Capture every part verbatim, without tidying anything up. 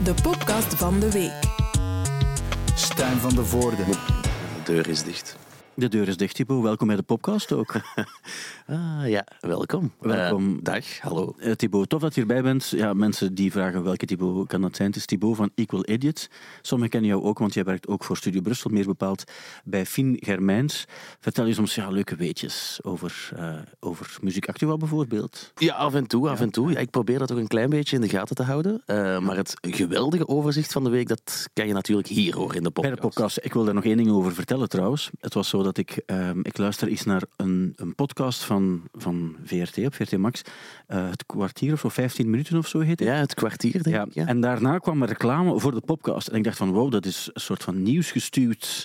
de podcast van de week. Stijn van de Voorde. De deur is dicht. De deur is dicht, Thibaut. Welkom bij de podcast ook. Ah, ja, welkom. Welkom. Uh, dag, hallo. Uh, Thibaut, tof dat je erbij bent. Ja, mensen die vragen welke Thibaut kan dat zijn. Het is Thibaut van Equal Idiots. Sommigen kennen jou ook, want jij werkt ook voor Studio Brussel, meer bepaald bij Fien Germijns. Vertel je soms ja, leuke weetjes over, uh, over muziek actueel bijvoorbeeld? Ja, af en toe, af ja. en toe. Ja, ik probeer dat ook een klein beetje in de gaten te houden. Uh, maar het geweldige overzicht van de week, dat kan je natuurlijk hier horen in de podcast. Bij de podcast. Ik wil daar nog één ding over vertellen trouwens. Het was zo dat ik, uh, ik luister eens naar een, een podcast van, van V R T op V R T Max. Uh, het kwartier of zo, vijftien minuten of zo heet het. Ja, het kwartier denk ja. ik. Ja. En daarna kwam er reclame voor de podcast. En ik dacht van wow, dat is een soort van nieuwsgestuurd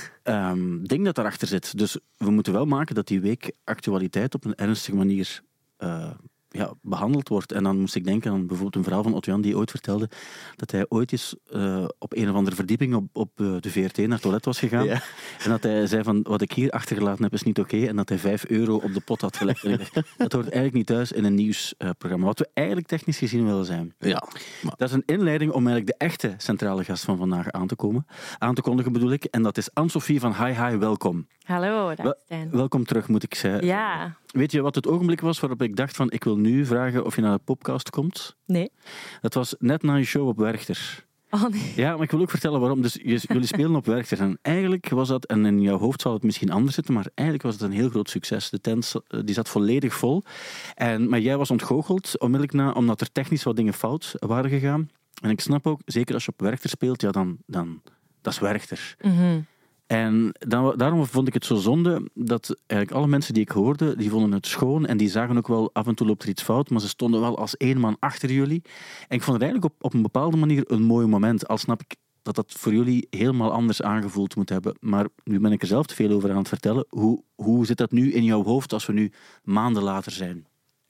um, ding dat daarachter zit. Dus we moeten wel maken dat die week actualiteit op een ernstige manier uh, ja, behandeld wordt. En dan moest ik denken aan bijvoorbeeld een verhaal van Otto-Jan die ooit vertelde dat hij ooit eens uh, op een of andere verdieping op, op uh, de V R T naar het toilet was gegaan. Ja. En dat hij zei van, wat ik hier achtergelaten heb is niet oké. Okay, en dat hij vijf euro op de pot had gelegd. En dacht, dat hoort eigenlijk niet thuis in een nieuwsprogramma. Uh, wat we eigenlijk technisch gezien willen zijn. Ja. Maar... Dat is een inleiding om eigenlijk de echte centrale gast van vandaag aan te komen. Aan te kondigen bedoel ik. En dat is Anne-Sophie van Hi Hi, welkom. Hallo, dag Stijn. Wel, welkom terug, moet ik zeggen. Ja. Weet je wat het ogenblik was waarop ik dacht van, ik wil nu vragen of je naar de podcast komt? Nee. Dat was net na je show op Werchter. Oh nee. Ja, maar ik wil ook vertellen waarom. Dus jullie spelen op Werchter. En eigenlijk was dat, en in jouw hoofd zal het misschien anders zitten, maar eigenlijk was het een heel groot succes. De tent die zat volledig vol. En, maar jij was ontgoocheld onmiddellijk na, omdat er technisch wat dingen fout waren gegaan. En ik snap ook, zeker als je op Werchter speelt, ja, dan, dan dat is Werchter. Mm-hmm. En dan, daarom vond ik het zo zonde dat eigenlijk alle mensen die ik hoorde, die vonden het schoon en die zagen ook wel af en toe loopt er iets fout, maar ze stonden wel als één man achter jullie. En ik vond het eigenlijk op, op een bepaalde manier een mooi moment, al snap ik dat dat voor jullie helemaal anders aangevoeld moet hebben. Maar nu ben ik er zelf te veel over aan het vertellen. Hoe, hoe zit dat nu in jouw hoofd als we nu maanden later zijn?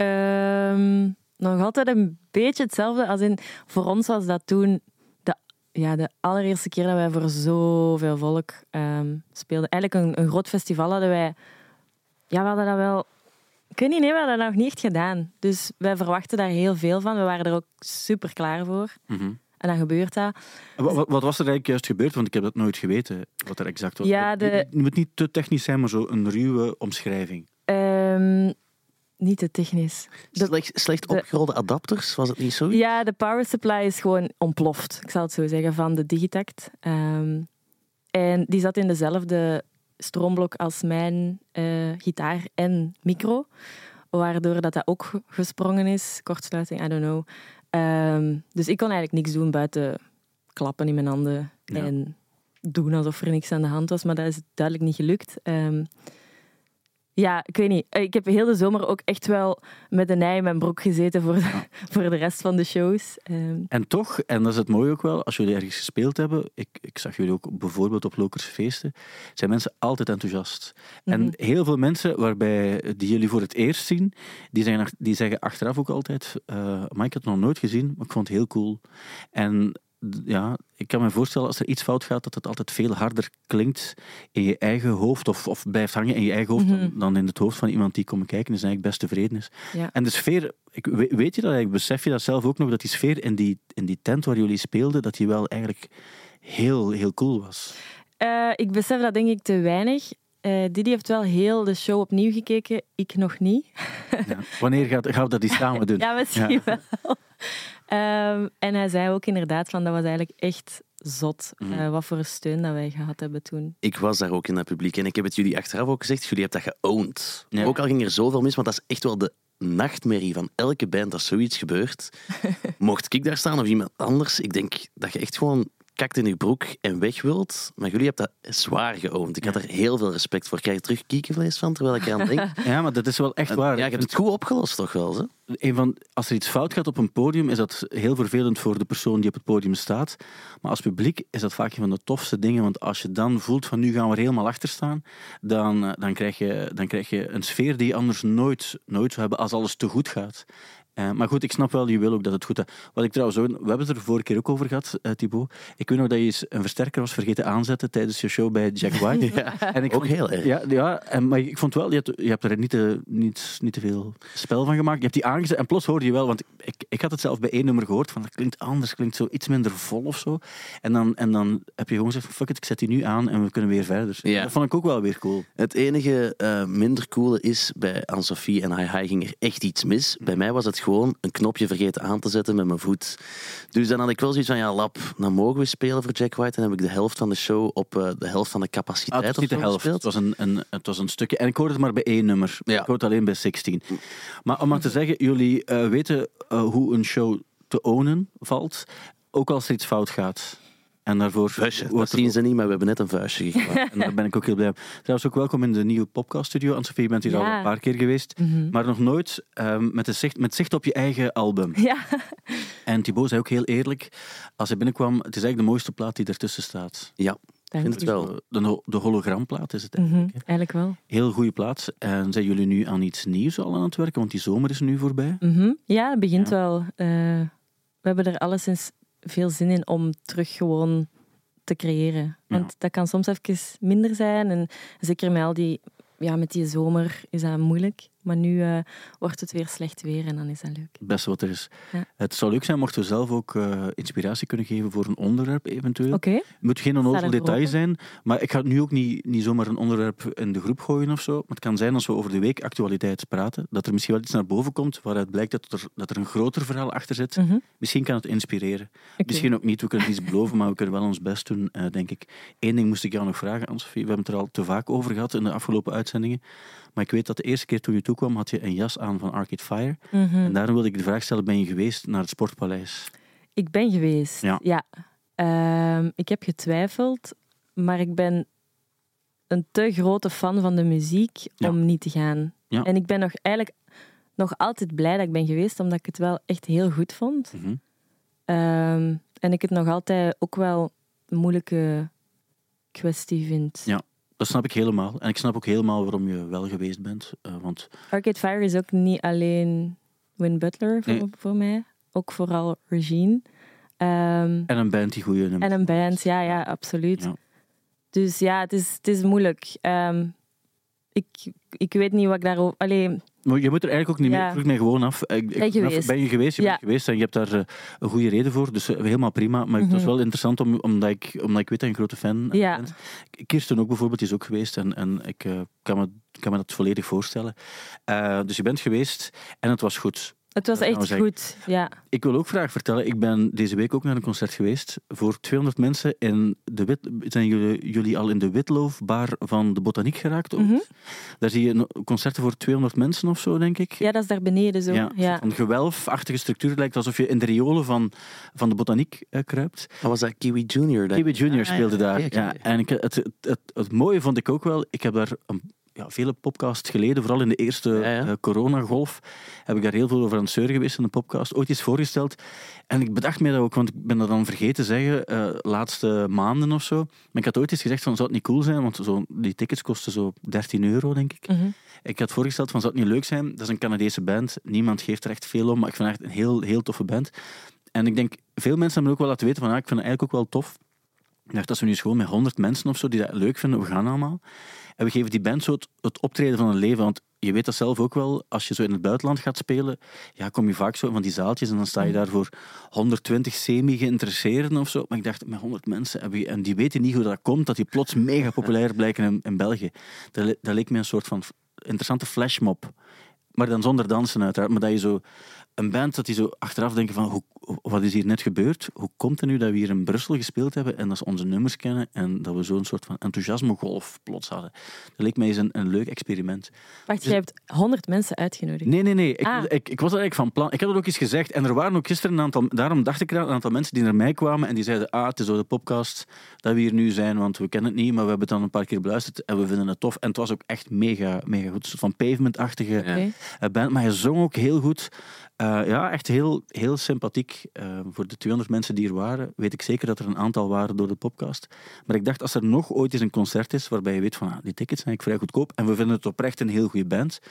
Um, nog altijd een beetje hetzelfde als in, voor ons was dat toen... Ja, de allereerste keer dat wij voor zoveel volk um, speelden. Eigenlijk een, een groot festival hadden wij... Ja, we hadden dat wel... Ik weet niet, nee, we hadden dat nog niet echt gedaan. Dus wij verwachten daar heel veel van. We waren er ook super klaar voor. Mm-hmm. En dan gebeurt dat. Wat, wat, wat was er eigenlijk juist gebeurd? Want ik heb dat nooit geweten, wat er exact was. Ja, de... Het moet niet te technisch zijn, maar zo een ruwe omschrijving. Um, niet te technisch. De, slecht slecht opgerolde adapters, was het niet zo? Ja, de power supply is gewoon ontploft, ik zal het zo zeggen, van de Digitact. Um, en die zat in dezelfde stroomblok als mijn uh, gitaar en micro, waardoor dat, dat ook gesprongen is. Kortsluiting, I don't know. Um, dus ik kon eigenlijk niks doen buiten klappen in mijn handen ja. en doen alsof er niks aan de hand was, maar dat is duidelijk niet gelukt. Um, Ja, ik weet niet. Ik heb heel de zomer ook echt wel met een ei in mijn broek gezeten voor de, ja. voor de rest van de shows. Um. En toch, en dat is het mooie ook wel, als jullie ergens gespeeld hebben, ik, ik zag jullie ook bijvoorbeeld op Lokerse feesten, zijn mensen altijd enthousiast. Mm-hmm. En heel veel mensen waarbij die jullie voor het eerst zien, die zeggen, die zeggen achteraf ook altijd, uh, maar ik had het nog nooit gezien, maar ik vond het heel cool. En ja, ik kan me voorstellen als er iets fout gaat, dat het altijd veel harder klinkt in je eigen hoofd, of, of blijft hangen in je eigen hoofd, mm-hmm. dan, dan in het hoofd van iemand die komt kijken en eigenlijk best tevreden is. Ja. En de sfeer, ik, weet je dat eigenlijk, besef je dat zelf ook nog, dat die sfeer in die, in die tent waar jullie speelden, dat die wel eigenlijk heel, heel cool was? Uh, ik besef dat denk ik te weinig. Uh, Didi heeft wel heel de show opnieuw gekeken, ik nog niet. Ja. Wanneer gaat, gaan we dat die samen doen? Ja, misschien ja. wel. Um, en hij zei ook inderdaad van dat was eigenlijk echt zot. Mm. Uh, wat voor een steun dat wij gehad hebben toen. Ik was daar ook in het publiek en ik heb het jullie achteraf ook gezegd, jullie hebben dat geowned. Ja. Ook al ging er zoveel mis, want dat is echt wel de nachtmerrie van elke band als zoiets gebeurt. Mocht ik daar staan of iemand anders, ik denk dat je echt gewoon kakt in je broek en weg wilt. Maar jullie hebben dat zwaar geowned. Ik had er heel veel respect voor. Ik krijg je terug kiekenvlees van, terwijl ik eraan denk. Ja, maar dat is wel echt waar. Ja, je hebt het goed opgelost toch wel, hè? Een van, als er iets fout gaat op een podium, is dat heel vervelend voor de persoon die op het podium staat. Maar als publiek is dat vaak een van de tofste dingen. Want als je dan voelt van nu gaan we er helemaal achter staan, dan, dan, krijg, je, dan krijg je een sfeer die je anders nooit, nooit zou hebben als alles te goed gaat. Uh, maar goed, ik snap wel, je wil ook dat het goed is. Wat ik trouwens ook... We hebben het er de vorige keer ook over gehad, uh, Thibaut. Ik weet nog dat je eens een versterker was vergeten aanzetten tijdens je show bij Jack White. Ja, en ik ook vond, heel erg. Ja, ja en, maar ik vond wel, je hebt, je hebt er niet te, niet, niet te veel spel van gemaakt. Je hebt die aangezet en plots hoorde je wel, want ik, ik had het zelf bij één nummer gehoord, van dat klinkt anders, klinkt zo iets minder vol of zo. En dan, en dan heb je gewoon gezegd, fuck it, ik zet die nu aan en we kunnen weer verder. Ja. Dat vond ik ook wel weer cool. Het enige uh, minder coole is, bij Anne-Sophie en Hi Hi ging er echt iets mis. Bij mij was het gewoon een knopje vergeten aan te zetten met mijn voet. Dus dan had ik wel zoiets van, ja lap, dan mogen we spelen voor Jack White. En dan heb ik de helft van de show op uh, de helft van de capaciteit Ah, het was niet de helft, het was een, een, het was een stukje. En ik hoorde het maar bij één nummer. Ja. Ik hoorde het alleen bij zestien. Maar om maar te zeggen, jullie uh, weten uh, hoe een show te ownen valt, ook als er iets fout gaat. En daarvoor vuistje, dat zien ze niet, maar we hebben net een vuistje gekregen. En daar ben ik ook heel blij mee. Trouwens ook welkom in de nieuwe podcaststudio. Anne-Sophie, je bent hier ja. al een paar keer geweest. Mm-hmm. Maar nog nooit um, met, de zicht, met zicht op je eigen album. Ja. En Thibaut zei ook heel eerlijk, als hij binnenkwam, het is eigenlijk de mooiste plaat die ertussen staat. Ja, ik vind het wel. De, de hologramplaat is het eigenlijk. Mm-hmm, eigenlijk wel. Heel goede plaat. En zijn jullie nu aan iets nieuws al aan het werken? Want die zomer is nu voorbij. Mm-hmm. Ja, het begint ja. wel. Uh, we hebben er alleszins veel zin in om terug gewoon te creëren. Want ja. dat kan soms even minder zijn. En zeker met al die... Ja, met die zomer is dat moeilijk. Maar nu uh, wordt het weer slecht weer en dan is dat leuk. Het beste wat er is. Ja. Het zou leuk zijn mochten we zelf ook uh, inspiratie kunnen geven voor een onderwerp eventueel. Oké. Het moet geen onnozel detail zijn, maar ik ga nu ook niet, niet zomaar een onderwerp in de groep gooien of zo. Maar het kan zijn als we over de week actualiteit praten, dat er misschien wel iets naar boven komt waaruit blijkt dat er, dat er een groter verhaal achter zit. Mm-hmm. Misschien kan het inspireren. Okay. Misschien ook niet, we kunnen iets beloven, maar we kunnen wel ons best doen, uh, denk ik. Eén ding moest ik jou nog vragen, Anne-Sophie. We hebben het er al te vaak over gehad in de afgelopen uitzendingen. Maar ik weet dat de eerste keer toen je toekwam, had je een jas aan van Arcade Fire. Mm-hmm. En daarom wilde ik de vraag stellen, ben je geweest naar het Sportpaleis? Ik ben geweest, ja. ja. Uh, ik heb getwijfeld, maar ik ben een te grote fan van de muziek ja. om niet te gaan. Ja. En ik ben nog eigenlijk nog altijd blij dat ik ben geweest, omdat ik het wel echt heel goed vond. Mm-hmm. Uh, en ik het nog altijd ook wel een moeilijke kwestie vind. Ja. Dat snap ik helemaal. En ik snap ook helemaal waarom je wel geweest bent. Uh, want... Arcade Fire is ook niet alleen Win Butler voor, nee. voor mij. Ook vooral Regine. Um, en een band die goede nummers. En een band, ja, ja, absoluut. Ja. Dus ja, het is, het is moeilijk. Um, ik, ik weet niet wat ik daarover... Allee, maar je moet er eigenlijk ook niet ja. mee, vroeg mij gewoon af. Ik, ben, je geweest? ben je geweest? Je ja. bent geweest en je hebt daar uh, een goede reden voor. Dus uh, helemaal prima. Maar mm-hmm. het was wel interessant om, omdat, ik, omdat ik weet dat je een grote fan ja. bent. Kirsten ook bijvoorbeeld, die is ook geweest. En, en ik uh, kan, me, kan me dat volledig voorstellen. Uh, dus je bent geweest en het was goed. Het was dat echt goed, ja. Ik wil ook graag vertellen, ik ben deze week ook naar een concert geweest voor tweehonderd mensen. In de Wit, zijn jullie, jullie al in de Witloofbar van de Botaniek geraakt? Mm-hmm. Daar zie je concerten voor tweehonderd mensen of zo, denk ik. Ja, dat is daar beneden zo. Ja, ja. Een gewelfachtige structuur. Het lijkt alsof je in de riolen van, van de Botaniek uh, kruipt. Dat was dat Kiwi Junior? Kiwi Junior speelde ah, ja, daar. ja, ja, ja. Ja, en ik, het, het, het, het mooie vond ik ook wel, ik heb daar een Ja, vele podcasts geleden, vooral in de eerste ja, ja. Uh, coronagolf, heb ik daar heel veel over aan het zeuren geweest in de podcast. Ooit iets voorgesteld. En ik bedacht me dat ook, want ik ben dat dan vergeten te zeggen, uh, laatste maanden of zo. Maar ik had ooit eens gezegd van, zou het niet cool zijn? Want zo, die tickets kosten zo dertien euro, denk ik. Mm-hmm. Ik had voorgesteld van, zou het niet leuk zijn? Dat is een Canadese band. Niemand geeft er echt veel om, maar ik vind het echt een heel, heel toffe band. En ik denk, veel mensen hebben ook wel laten weten van, ah, ik vind het eigenlijk ook wel tof. Ik dacht, dat we nu eens gewoon met honderd mensen of zo die dat leuk vinden, we gaan allemaal. En we geven die band zo het, het optreden van hun leven. Want je weet dat zelf ook wel, als je zo in het buitenland gaat spelen, ja, kom je vaak zo van die zaaltjes en dan sta je daar voor honderdtwintig semi-geïnteresseerden of zo. Maar ik dacht, met honderd mensen, heb je, en die weten niet hoe dat komt, dat die plots mega populair blijken in, in België. Dat, dat leek me een soort van interessante flashmob. Maar dan zonder dansen uiteraard. Maar dat je zo een band dat die zo achteraf denken van, hoe, wat is hier net gebeurd? Hoe komt het nu dat we hier in Brussel gespeeld hebben en dat ze onze nummers kennen en dat we zo'n soort van enthousiasmegolf plots hadden? Dat leek mij eens een, een leuk experiment. Wacht, dus... jij hebt honderd mensen uitgenodigd? Nee, nee, nee. Ik, ah. ik, ik was er eigenlijk van plan. Ik had het ook eens gezegd en er waren ook gisteren een aantal, daarom dacht ik eraan, een aantal mensen die naar mij kwamen en die zeiden, ah, het is zo de podcast dat we hier nu zijn, want we kennen het niet, maar we hebben het dan een paar keer beluisterd en we vinden het tof. En het was ook echt mega, mega goed. Een soort van pavement-achtige okay. band, maar hij zong ook heel goed. Uh, ja, echt heel, heel sympathiek. Uh, voor de tweehonderd mensen die er waren, weet ik zeker dat er een aantal waren door de podcast. Maar ik dacht, als er nog ooit eens een concert is waarbij je weet van, ah, die tickets zijn eigenlijk vrij goedkoop en we vinden het oprecht een heel goede band,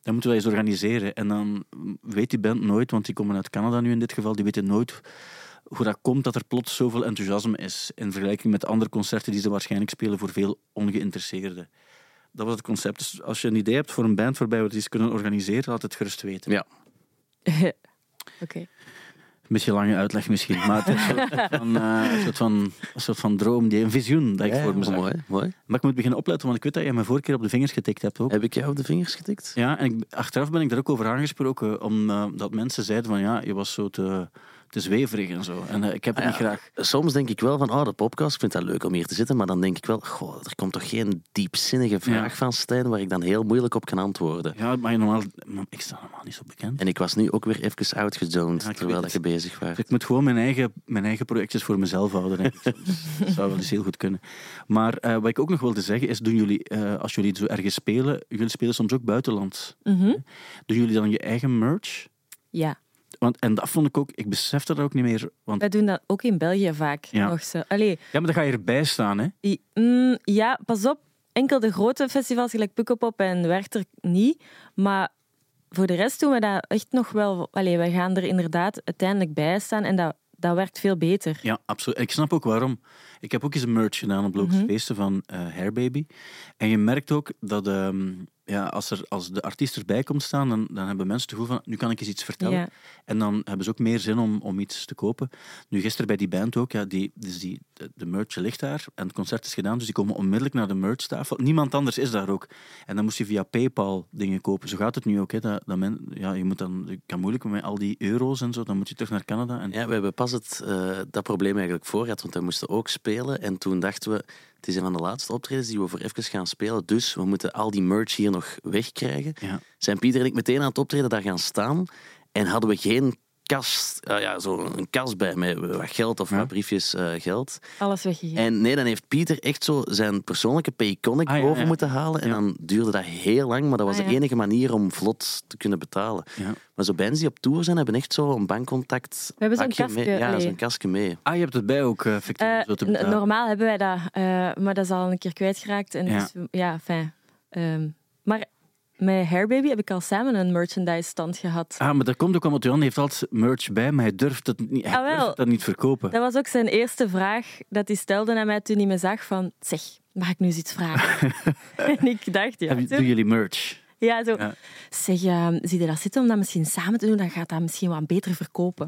Dan moeten we dat eens organiseren. En dan weet die band nooit, want die komen uit Canada nu in dit geval, die weten nooit hoe dat komt dat er plots zoveel enthousiasme is in vergelijking met andere concerten die ze waarschijnlijk spelen voor veel ongeïnteresseerden. Dat was het concept. Dus als je een idee hebt voor een band waarbij we het eens kunnen organiseren, laat het gerust weten. Ja. Oké. Okay. Een beetje lange uitleg misschien, maar het is een soort van, uh, een soort van, een soort van droom, die, een visioen dat ik Ja, voor me zag. mooi, mooi. Maar ik moet beginnen opletten, want ik weet dat jij me vorige keer op de vingers getikt hebt ook. Heb ik jou op de vingers getikt? Ja, en ik, achteraf ben ik daar ook over aangesproken, omdat uh, mensen zeiden van ja, je was zo te, te zweverig en zo. En uh, ik heb het Ah, niet ja. graag. Soms denk ik wel van, oh, de podcast, ik vind dat leuk om hier te zitten, maar dan denk ik wel, goh, er komt toch geen diepzinnige vraag Ja. van Stijn waar ik dan heel moeilijk op kan antwoorden. Ja, maar je normaal, ik sta normaal niet zo bekend. En ik was nu ook weer even outgezoned, Ja, ik terwijl weet dat je bezig was. Dus ik moet gewoon mijn eigen, mijn eigen projectjes voor mezelf houden, denk ik. Dat zou wel eens heel goed kunnen. Maar uh, wat ik ook nog wilde zeggen is, doen jullie, uh, als jullie zo ergens spelen, jullie spelen soms ook buitenland. Mm-hmm. Doen jullie dan je eigen merch? Ja. Want, en dat vond ik ook, ik besefte dat ook niet meer. Want, Wij doen dat ook in België vaak Ja. nog zo. Allee, ja, maar dan ga je erbij staan, hè? i- mm, ja, pas op. Enkel de grote festivals, gelijk Pukkelpop en Werchter, niet. Maar voor de rest doen we dat echt nog wel... Allee, wij gaan er inderdaad uiteindelijk bij staan en dat, dat werkt veel beter. Ja, absoluut. En ik snap ook waarom. Ik heb ook eens een merch gedaan op Locals Mhm. Feesten van uh, Hair Baby. En je merkt ook dat um, ja, als, er, als de artiest erbij komt staan, dan, dan hebben mensen het gevoel van, nu kan ik eens iets vertellen. Ja. En dan hebben ze ook meer zin om, om iets te kopen. Nu, gisteren bij die band ook, ja, die, dus die, de, de merch ligt daar en het concert is gedaan, dus die komen onmiddellijk naar de merchtafel. Niemand anders is daar ook. En dan moest je via PayPal dingen kopen. Zo gaat het nu ook. Hè, dat, dat men, ja, je moet dan, het kan moeilijk met al die euro's en zo, dan moet je terug naar Canada. En... Ja, we hebben pas het, uh, dat probleem eigenlijk voor gehad, want we moesten ook spelen. En toen dachten we, het is een van de laatste optredens die we voor even gaan spelen, dus we moeten al die merch hier nog wegkrijgen. Ja. Zijn Pieter en ik meteen aan het optreden daar gaan staan en hadden we geen kast, uh, ja, zo een kast bij met wat geld of Ja. wat briefjes uh, geld. Alles weggegeven. En nee, dan heeft Pieter echt zo zijn persoonlijke Payconic Ah, ja, boven ja. moeten halen. En Ja. dan duurde dat heel lang, maar dat was Ah, de ja. enige manier om vlot te kunnen betalen. Ja. Maar zo bands die op tour zijn, hebben echt zo een bankcontact. We hebben zo'n pakje kastje, mee. Ja, allee. zo'n kastje mee. Ah, je hebt het bij ook, uh, fictief, Eh, zo te n- betalen. normaal hebben wij dat, uh, maar dat is al een keer kwijtgeraakt. En Ja. dus, ja, fijn. Um, maar met Hair Baby heb ik al samen een merchandise stand gehad. Ah, maar dat komt ook omdat Jan heeft altijd merch bij, maar hij durft het niet, hij Ah, wel. durft dat niet verkopen. Dat was ook zijn eerste vraag dat hij stelde aan mij toen hij me zag van... Zeg, mag ik nu eens iets vragen? En ik dacht, ja. Heb je- zo. Doen jullie merch? Ja, zo. Ja. Zeg, uh, zie je dat zitten om dat misschien samen te doen? Dan gaat dat misschien wat beter verkopen.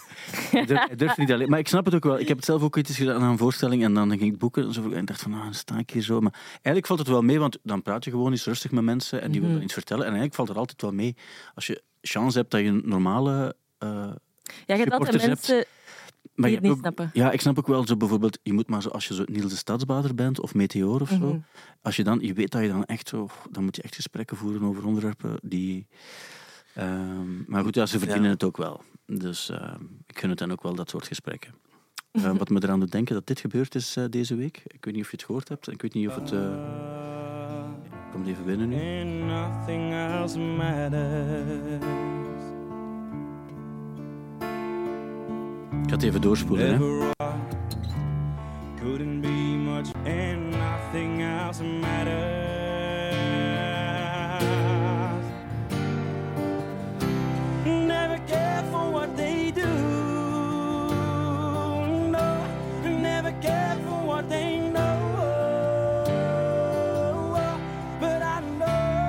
Hij durft, hij durft niet alleen. Maar ik snap het ook wel. Ik heb het zelf ook iets gedaan aan een voorstelling en dan ging ik boeken en, zo, en ik dacht van, ah, dan sta ik hier zo. Maar eigenlijk valt het wel mee, want dan praat je gewoon eens rustig met mensen en die willen dan iets vertellen. En eigenlijk valt het altijd wel mee als je chance hebt dat je een normale... Uh, Ja, je hebt altijd supporters hebt. mensen Maar die je het niet hebt ook- snappen. Ja, ik snap ook wel zo bijvoorbeeld, je moet maar zo, als je zo Niels de Stadsbader bent of Meteor of zo, Mhm. als je dan, je weet dat je dan echt zo, dan moet je echt gesprekken voeren over onderwerpen die... ehm, maar goed, ja, ze verdienen Ja. het ook wel. Dus ehm, ik gun het hen ook wel, dat soort gesprekken. Eh, wat me eraan doet denken dat dit gebeurd is uh, deze week. Ik weet niet of je het gehoord hebt. Ik weet niet of het... Uh... Komt even binnen nu. And nothing else matters. Ik ga het even doorspoelen. Hè. Never rock, couldn't be much, and nothing else matters. Never care for what they do. No, never care for what they know. But I know,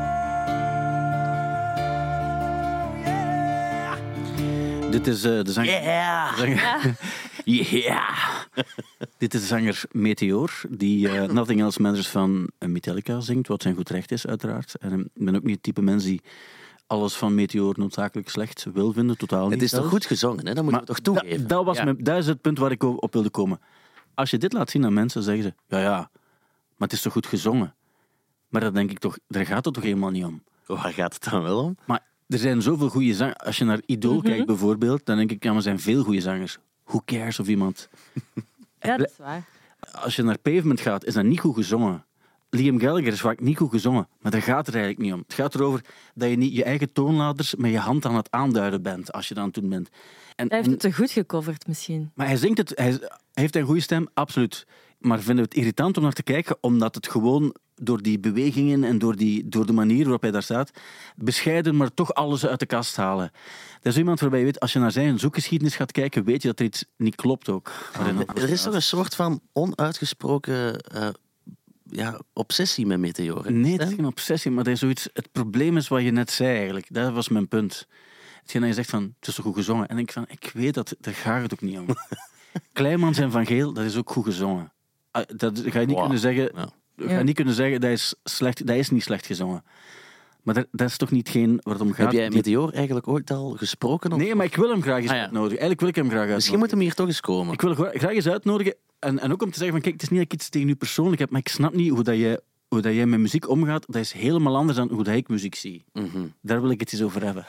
yeah. Dit is uh, de zanger... Yeah! zanger... Yeah! Dit is de zanger Meteor, die uh, Nothing Else Matters van Metallica zingt, wat zijn goed recht is, uiteraard. En ik ben ook niet het type mens die alles van Meteor noodzakelijk slecht wil vinden, totaal niet. Het is toch zelfs. goed gezongen, hè? Dat moet je Maar toch toegeven. Dat, dat, was Ja. mijn, dat is het punt waar ik op wilde komen. Als je dit laat zien aan mensen, zeggen ze, ja ja, maar het is toch goed gezongen? Maar dan denk ik toch, daar gaat het toch helemaal niet om. Waar gaat het dan wel om? Maar er zijn zoveel goede zangers. Als je naar Idol Mhm. kijkt bijvoorbeeld, dan denk ik, ja, maar er zijn veel goede zangers. Who cares of iemand... Ja, dat is waar. Als je naar Pavement gaat, is dat niet goed gezongen. Liam Gallagher is vaak niet goed gezongen, maar daar gaat het eigenlijk niet om. Het gaat erover dat je niet je eigen toonladers met je hand aan het aanduiden bent, als je dat aan het doen bent. En, Hij heeft en- het te goed gecoverd misschien. maar hij zingt het, hij, hij heeft een goede stem, absoluut. Maar vinden we het irritant om naar te kijken, omdat het gewoon door die bewegingen en door, die, door de manier waarop hij daar staat, bescheiden, maar toch alles uit de kast halen. Dat is iemand waarbij je weet, als je naar zijn zoekgeschiedenis gaat kijken, weet je dat er iets niet klopt ook. Er is toch een soort van onuitgesproken uh, ja, obsessie met meteoren? Nee, het is geen obsessie, maar dat is zoiets, het probleem is wat je net zei eigenlijk. Dat was mijn punt. Hetgeen dat je zegt van, het is toch goed gezongen? En ik van, ik weet dat, daar gaat het ook niet om. Kleimans en Van Geel, dat is ook goed gezongen. Dat ga je niet wow. kunnen zeggen... Ja. Ga je niet kunnen zeggen, dat is, slecht, dat is niet slecht gezongen. Maar dat, dat is toch niet geen waar het om gaat. Heb jij Meteor eigenlijk ooit al gesproken? Of? Nee, maar ik wil hem graag eens ah, ja. uitnodigen. Eigenlijk wil ik hem graag uitnodigen. Misschien moet hem hier toch eens komen. Ik wil hem graag eens uitnodigen. En, en ook om te zeggen van, kijk, het is niet dat ik iets tegen u persoonlijk heb, maar ik snap niet hoe dat jij, hoe dat jij met muziek omgaat. Dat is helemaal anders dan hoe dat ik muziek zie. Mm-hmm. Daar wil ik het eens over hebben.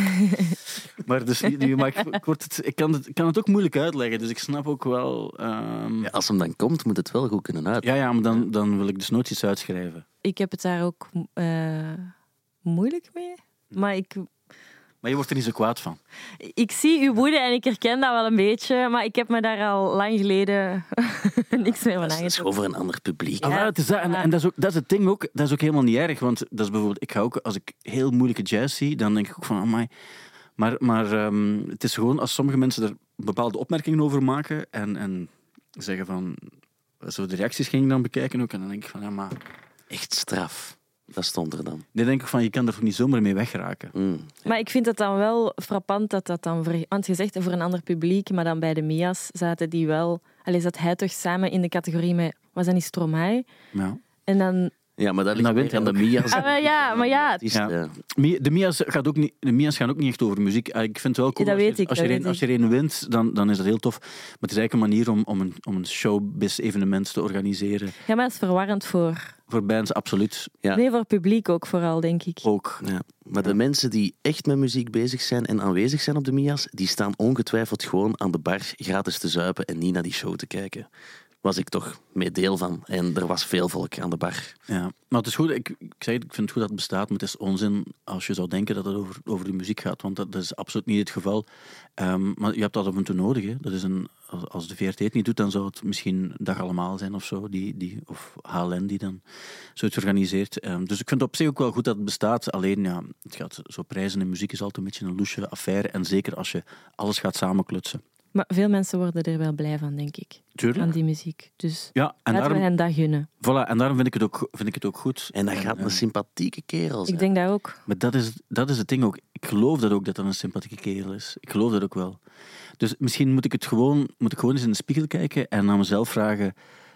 maar dus, maar ik, ik, word het, ik, kan het, ik kan het ook moeilijk uitleggen, dus ik snap ook wel... Um... Ja, als hem dan komt, moet het wel goed kunnen uit. Ja, ja, maar dan, dan wil ik dus nooit iets uitschrijven. Ik heb het daar ook uh, moeilijk mee. Maar ik... Maar je wordt er niet zo kwaad van. Ik zie uw woede en ik herken dat wel een beetje, maar ik heb me daar al lang geleden niks meer van aangetrokken. Dat is gewoon voor een ander publiek. Ja, ja, het is dat. En, en dat, is ook, dat is het ding ook. Dat is ook helemaal niet erg. Want dat is bijvoorbeeld, ik ga ook, als ik heel moeilijke jazz zie, dan denk ik ook van, amai. Maar, maar um, het is gewoon als sommige mensen er bepaalde opmerkingen over maken en, en zeggen van... Zo de reacties ging ik dan bekijken ook. En dan denk ik van, ja, maar... Echt straf. Dat stond er dan. Dan denk ik van, je kan er toch niet zomaar mee weggeraken. Mm. Maar ik vind het dan wel frappant dat dat dan... Voor, want je zegt voor een ander publiek, maar dan bij de Mia's zaten die wel... Allee, zat hij toch samen in de categorie met... Was dat niet Stromae? Ja. En dan... Ja, maar dat ligt Nou, weer aan de Mia's. Ah, maar ja, maar ja. Is, Ja. ja. De Mia's, gaat ook niet, de Mia's gaan ook niet echt over muziek. Ik vind het wel cool. Ja, dat als weet je, ik, als, dat je er weet een, als je er een wint, dan, dan is dat heel tof. Maar het is eigenlijk een manier om, om een, om een showbiz-evenement te organiseren. Ja, maar dat is verwarrend voor... Voor bands, absoluut. Ja. Nee, voor het publiek ook vooral, denk ik. Ook. Ja. Maar de mensen die echt met muziek bezig zijn en aanwezig zijn op de Mia's, die staan ongetwijfeld gewoon aan de bar gratis te zuipen en niet naar die show te kijken. Was ik toch mee deel van. En er was veel volk aan de bar. Ja, maar het is goed. Ik, ik, zeg, ik vind het goed dat het bestaat, maar het is onzin als je zou denken dat het over, over de muziek gaat, want dat, dat is absoluut niet het geval. Um, maar je hebt dat af en toe nodig. Hè. Dat is een, als de V R T het niet doet, dan zou het misschien Dag Allemaal zijn of zo, die, die, of H L N die dan zoiets organiseert. Um, dus ik vind het op zich ook wel goed dat het bestaat. Alleen, ja, het gaat zo prijzen in muziek is altijd een beetje een loesje affaire. En zeker als je alles gaat samenklutsen. Maar veel mensen worden er wel blij van, denk ik. Tuurlijk. Van die muziek. Dus Ja, en laten daarom, we hen dat gunnen. voilà, en daarom vind ik het ook, vind ik het ook goed. En dat gaat eh, een sympathieke kerel zijn. Ik denk dat ook. Maar dat is, dat is het ding ook. Ik geloof dat ook dat dat een sympathieke kerel is. Ik geloof dat ook wel. Dus misschien moet ik het gewoon, moet ik gewoon eens in de spiegel kijken en naar mezelf vragen...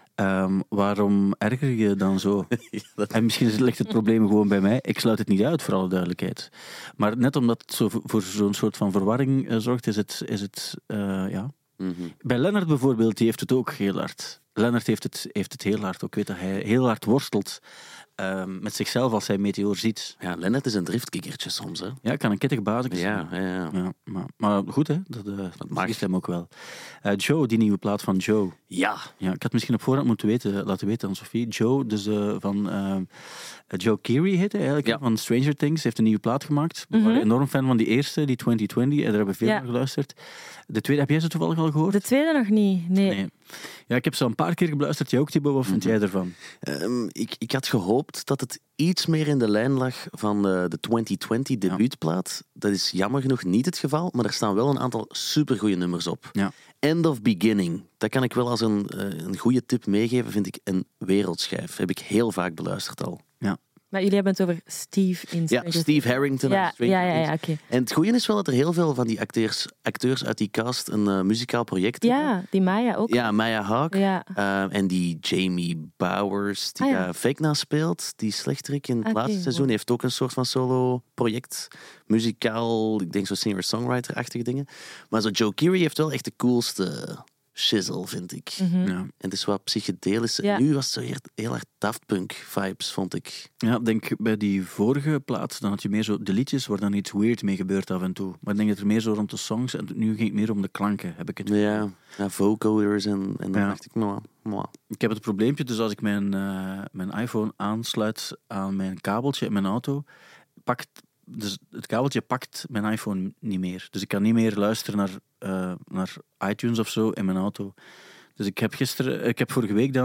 Um, waarom erger je dan zo? Ja, dat... En misschien ligt het probleem gewoon bij mij. Ik sluit het niet uit, voor alle duidelijkheid. Maar net omdat het zo voor zo'n soort van verwarring uh, zorgt, is het... Is het uh, ja. Mm-hmm. Bij Lennart bijvoorbeeld, die heeft het ook heel hard. Lennart heeft het, heeft het heel hard. Ik weet dat hij heel hard worstelt uh, met zichzelf als hij Meteor ziet. Ja, Lennart is een driftkikkertje soms, hè. Ja, kan een kittig basis zijn. Ja, ja, ja. Ja, maar, maar goed, hè. Dat, uh, dat mag. mag hem ook wel. Uh, Joe, die nieuwe plaat van Joe. Ja. Ja, ik had misschien op voorhand moeten weten, laten weten aan Sophie. Joe, dus uh, van uh, Joe Keery heet hij eigenlijk, Ja. van Stranger Things, heeft een nieuwe plaat gemaakt. We Mhm. waren enorm fan van die eerste, die twintig twintig, en daar hebben we veel Ja. naar geluisterd. De tweede, heb jij ze toevallig al gehoord? De tweede nog niet. Nee. Nee. Ja, ik heb ze al een paar keer beluisterd. Jij ook, Thibaut, wat vind Mhm. jij ervan? Um, ik, ik had gehoopt dat het iets meer in de lijn lag van uh, de twintig twintig debuutplaat. Dat is jammer genoeg niet het geval, maar er staan wel een aantal supergoeie nummers op. Ja. End of Beginning, dat kan ik wel als een, uh, een goede tip meegeven, vind ik een wereldschijf. Heb ik heel vaak beluisterd al. Maar jullie hebben het over Steve in Ja, Stranger Steve Things. Harrington. en Ja, Stranger ja, ja, Things. ja oké. En het goede is wel dat er heel veel van die acteurs, acteurs uit die cast een uh, muzikaal project hebben. Ja, die Maya ook. Ja, Maya Hawke. Ja. Uh, en die Jamie Bowers, die Ah, ah, ja. Vecna speelt, die slechterik in het Oké, laatste seizoen, wow. heeft ook een soort van solo-project. Muzikaal, ik denk zo singer-songwriter-achtige dingen. Maar zo Joe Keery heeft wel echt de coolste shizzle, vind ik. Mhm. Ja. En het is wat psychedelisch. Ja. Nu was het zo heel, heel erg Daft Punk-vibes, vond ik. Ja, ik denk bij die vorige plaat, dan had je meer zo de liedjes waar dan iets weird mee gebeurt af en toe. Maar ik denk dat er meer zo rond de songs, en nu ging het meer om de klanken, heb ik het gevoel. Ja, ja vocoders en, en dan Ja. dacht ik, mwah, mwah. Ik heb het probleempje, dus als ik mijn, uh, mijn iPhone aansluit aan mijn kabeltje in mijn auto, pakt, dus het kabeltje pakt mijn iPhone niet meer. Dus ik kan niet meer luisteren naar, uh, naar iTunes of zo in mijn auto. Dus ik heb gisteren, ik heb vorige week dan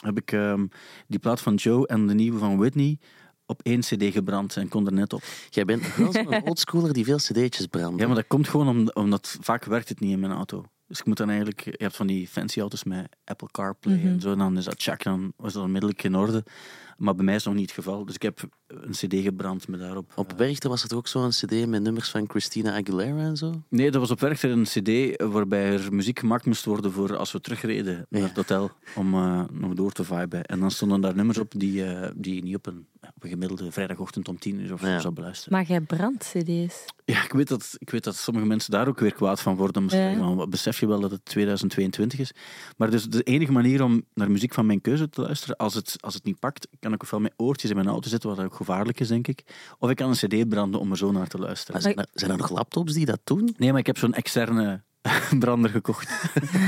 heb ik um, die plaat van Joe en de nieuwe van Whitney op één cd gebrand en kon er net op. Jij bent wel zo'n oldschooler die veel cd'tjes brandt. Ja, maar dat komt gewoon om, omdat vaak werkt het niet in mijn auto. Dus ik moet dan eigenlijk... Je hebt van die fancy auto's met Apple CarPlay mm-hmm. en zo. En dan is dat check, dan was dat onmiddellijk in orde. Maar bij mij is dat nog niet het geval. Dus ik heb een cd gebrand met daarop... Op Werchter was het ook zo'n cd met nummers van Christina Aguilera en zo? Nee, dat was op Werchter een cd waarbij er muziek gemaakt moest worden voor als we terugreden ja. naar het hotel. Om uh, nog door te viben. En dan stonden daar nummers op die, uh, die je niet op een, op een gemiddelde vrijdagochtend om tien uur of ja. zou beluisteren. Maar jij brandt cd's? Ja, ik weet, dat, ik weet dat sommige mensen daar ook weer kwaad van worden. Ja. Van, besef je wel dat het tweeduizend tweeëntwintig is? Maar dus de enige manier om naar muziek van mijn keuze te luisteren, als het, als het niet pakt, kan ik ofwel met oortjes in mijn auto zitten, wat ook gevaarlijk is, denk ik. Of ik kan een cd branden om er zo naar te luisteren. Zijn er, zijn er nog laptops die dat doen? Nee, maar ik heb zo'n externe brander gekocht.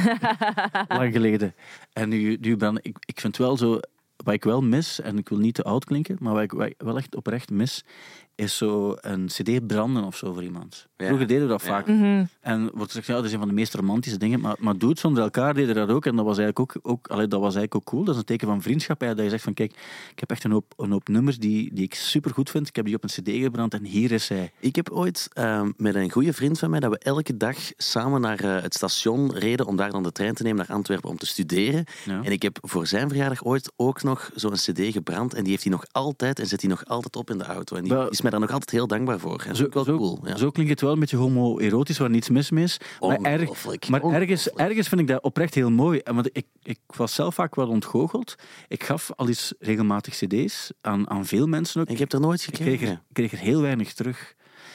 Lang geleden. En nu, nu brand ik... Ik vind wel zo... Wat ik wel mis, en ik wil niet te oud klinken, maar wat ik, wat ik wel echt oprecht mis, is zo een cd branden of zo voor iemand. Ja. Vroeger deden we dat ja. vaak. Mm-hmm. En wordt gezegd, ja, dat is een van de meest romantische dingen, maar, maar doe het zonder elkaar, deden dat ook. En dat was eigenlijk ook, ook, allee, dat was eigenlijk ook cool. Dat is een teken van vriendschap, hè, dat je zegt van, kijk, ik heb echt een hoop, een hoop nummers die, die ik supergoed vind. Ik heb die op een cd gebrand en hier is hij. Ik heb ooit uh, met een goede vriend van mij, dat we elke dag samen naar uh, het station reden om daar dan de trein te nemen naar Antwerpen om te studeren. Ja. En ik heb voor zijn verjaardag ooit ook nog zo'n cd gebrand en die heeft hij nog altijd en zet hij nog altijd op in de auto. En die well, is mij daar nog altijd heel dankbaar voor. En zo, wel zo, cool, ja. Zo klinkt het wel een beetje homoerotisch, waar niets mis mee is. Maar, erg, maar ergens, ergens vind ik dat oprecht heel mooi. Want ik, ik was zelf vaak wel ontgoocheld. Ik gaf al eens regelmatig cd's aan, aan veel mensen ook. En je hebt er nooit gekregen? Ik kreeg er, kreeg er heel weinig terug.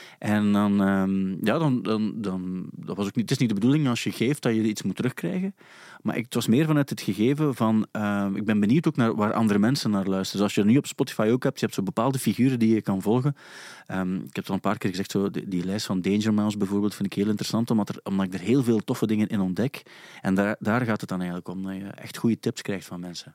En dan, um, ja, dan, dan, dan, dat was ook niet, het is niet de bedoeling als je geeft dat je iets moet terugkrijgen. Maar ik, het was meer vanuit het gegeven van, uh, ik ben benieuwd ook naar waar andere mensen naar luisteren. Dus als je er nu op Spotify ook hebt, je hebt zo bepaalde figuren die je kan volgen. Um, ik heb het al een paar keer gezegd, zo, die, die lijst van Danger Mouse bijvoorbeeld vind ik heel interessant, omdat, er, omdat ik er heel veel toffe dingen in ontdek. En daar, daar gaat het dan eigenlijk om, dat je echt goede tips krijgt van mensen.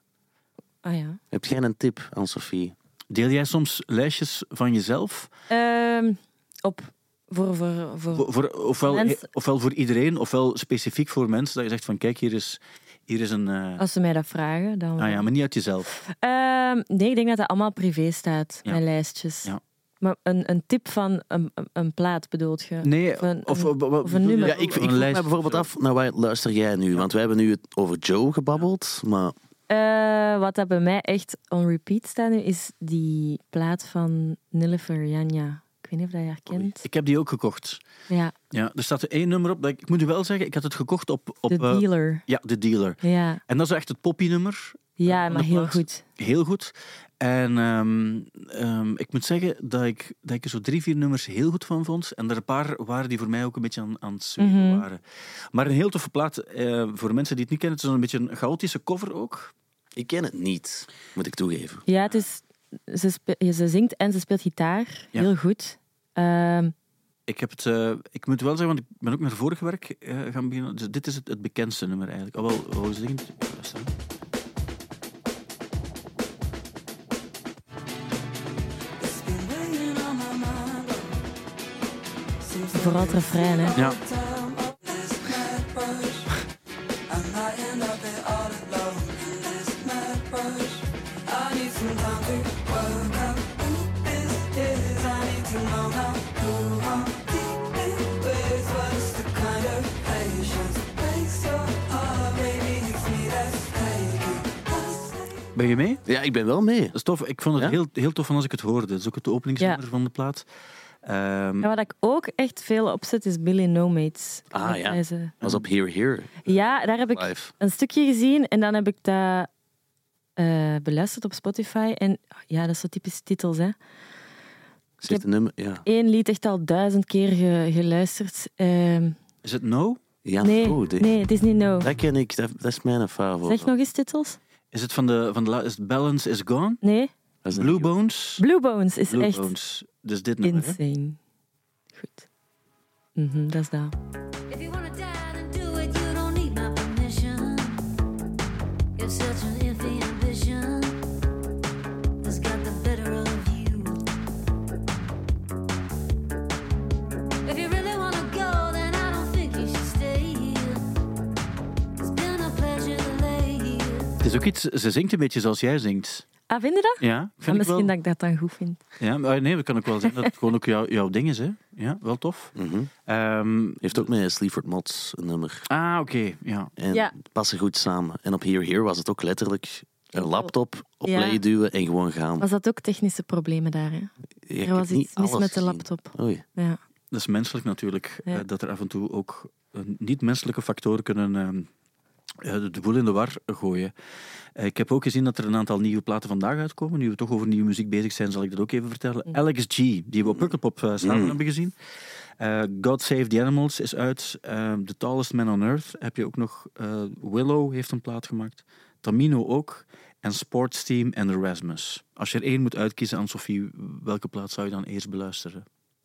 Ah ja. Heb jij een tip, Anne-Sophie? Deel jij soms lijstjes van jezelf? Um... Op, voor, voor, voor, voor, voor ofwel, ofwel voor iedereen, ofwel specifiek voor mensen, dat je zegt van kijk, hier is, hier is een... Uh... Als ze mij dat vragen, dan... Ah ja, maar niet uit jezelf. Uh, nee, ik denk dat dat allemaal privé staat, ja. mijn lijstjes. Ja. Maar een, een tip van een, een, een plaat bedoelt je? Nee, of een, of, een, of, of een nummer? Ja, ik, ik vroeg mij bijvoorbeeld af, naar waar luister jij nu? Want we hebben nu het over Joe gebabbeld, maar... Uh, wat dat bij mij echt on repeat staat nu, is die plaat van Nilüfer Yanya. Ik weet niet of dat je herkent. Ik heb die ook gekocht. Ja. Ja, er staat er één nummer op. Dat ik, ik moet u wel zeggen, ik had het gekocht op... op The Dealer. Uh, ja, The Dealer. Ja. En dat is echt het poppy-nummer. Ja, maar heel goed. Heel goed. En um, um, ik moet zeggen dat ik, dat ik er zo drie, vier nummers heel goed van vond. En er een paar waren die voor mij ook een beetje aan, aan het zweven mm-hmm. waren. Maar een heel toffe plaat. Uh, voor mensen die het niet kennen, het is een beetje een chaotische cover ook. Ik ken het niet, moet ik toegeven. Ja, het is... Ze, spe- ze zingt en ze speelt gitaar. Ja. Heel goed. Uh, ik, heb het, uh, ik moet wel zeggen, want ik ben ook naar vorig werk uh, gaan beginnen. Dus dit is het, het bekendste nummer eigenlijk. Alhoewel, hoe is het? Vooral het refrein, hè? Ja. Ben je mee? Ja, ik ben wel mee. Dat is tof. Ik vond het ja? heel, heel tof van als ik het hoorde. Dat is ook het openingsnummer ja. van de plaat. Um... Ja, wat ik ook echt veel opzet is Billy No Mates. Ah ja, dat uh... was op Here Here. Ja, daar heb ik Live. een stukje gezien en dan heb ik dat uh, beluisterd op Spotify. En ja, dat is zo typisch titels, hè. Ik heb nummer, ja. één lied echt al duizend keer ge- geluisterd. Uh... Is het No? Ja, nee, no, die... nee, het is niet No. Dat ken ik, dat, dat is mijn favoriet. Zeg nog eens titels. Is het van de, van de is het Balance is Gone? Nee. Blue Bones? Blue Bones is Blue echt Bones. Dus dit nummer, insane. Hè? Goed. Mm-hmm, dat is dat. Het is ook iets, ze zingt een beetje zoals jij zingt. Ah, vind je dat? Ja, vind Ah, ik misschien wel. dat ik dat dan goed vind. Ja, maar nee, dat kan ook wel zijn dat het gewoon ook jou, jouw ding is. Hè? Ja, wel tof. Mhm. Ehm, Heeft ook met Sleaford Mods een nummer. ah, oké. Ja. En Ja. passen goed samen. En op Here Here was het ook letterlijk een laptop op Ja. play duwen en gewoon gaan. Was dat ook technische problemen daar? Hè? Je Er hebt was niet iets mis alles met de gezien. laptop. Oei. Ja. Dat is menselijk natuurlijk, Ja. eh, dat er af en toe ook eh, niet-menselijke factoren kunnen ehm, eh, de boel in de war gooien. Eh, ik heb ook gezien dat er een aantal nieuwe platen vandaag uitkomen. Nu we toch over nieuwe muziek bezig zijn, zal ik dat ook even vertellen. Mm. Alex G, die we op Pukkelpop uh, samen Mm. hebben gezien. Eh, God Save the Animals is uit. Eh, The Tallest Man on Earth heb je ook nog. Eh, Willow heeft een plaat gemaakt. Tamino ook. En Sports Team en Erasmus. Als je er één moet uitkiezen, Anne-Sophie, welke plaat zou je dan eerst beluisteren?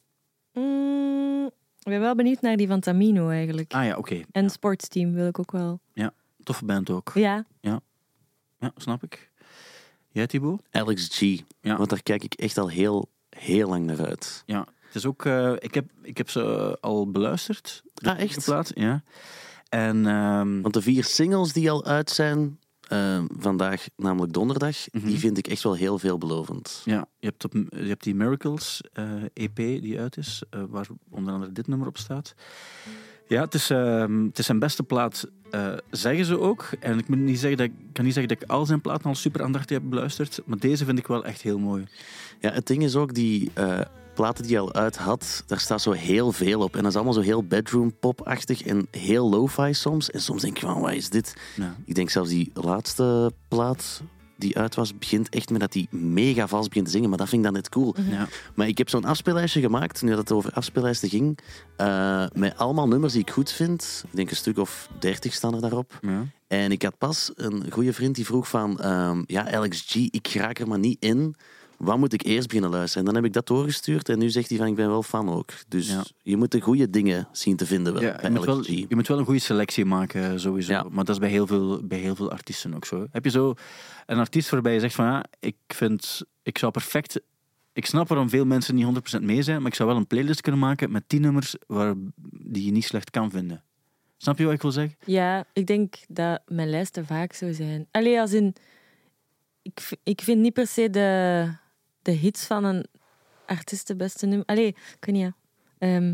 Mm, ik ben wel benieuwd naar die van Tamino eigenlijk. Ah ja, oké. En Sportsteam wil ik ook wel. Toffe band ook. Ja, Ja, snap ik. Jij, Thibaut? Alex G. Ja. Want daar kijk ik echt al heel, heel lang naar uit. Ja. Het is ook... eh, ik, heb, ik heb ze al beluisterd. De Ah, echt? plaat, ja. En... ehm, Want de vier singles die al uit zijn, eh, vandaag namelijk donderdag, Mhm. die vind ik echt wel heel veelbelovend. ja, je hebt, op, je hebt die Miracles eh, E P die uit is, eh, waar onder andere dit nummer op staat. Ja, het is, ehm, het is zijn beste plaat, eh, zeggen ze ook. En ik moet niet zeggen dat, ik kan niet zeggen dat ik al zijn platen al super aandachtig heb beluisterd, maar deze vind ik wel echt heel mooi. Ja, het ding is ook, die eh, platen die je al uit had, daar staat zo heel veel op. En dat is allemaal zo heel bedroom pop-achtig en heel lo-fi soms. En soms denk je van, wat is dit? Ja. Ik denk zelfs die laatste plaat die uit was, begint echt met dat hij mega vast begint te zingen. Maar dat vind ik dan net cool. Ja. Maar ik heb zo'n afspeellijstje gemaakt, nu dat het over afspeellijsten ging, eh, met allemaal nummers die ik goed vind. Ik denk een stuk of dertig staan er daarop. Ja. En ik had pas een goede vriend die vroeg van, ehm, ja, Alex G, ik raak er maar niet in. Wat moet ik eerst beginnen luisteren? En dan heb ik dat doorgestuurd en nu zegt hij van, ik ben wel fan ook. Dus Ja. je moet de goede dingen zien te vinden wel, Ja, bij je, moet wel, Alex G. je moet wel een goede selectie maken, sowieso. Ja. Maar dat is bij heel, veel, bij heel veel artiesten ook zo. Heb je zo een artiest waarbij je zegt van ja, ik vind, ik zou perfect... Ik snap waarom veel mensen niet honderd procent mee zijn, maar ik zou wel een playlist kunnen maken met tien nummers waar, die je niet slecht kan vinden. Snap je wat ik wil zeggen? ja, ik denk dat mijn lijsten vaak zo zijn. Allee, als in... Ik, v- ik vind niet per se de, de hits van een artiest de beste nummer. Allee, ik weet niet, ja. Ehm,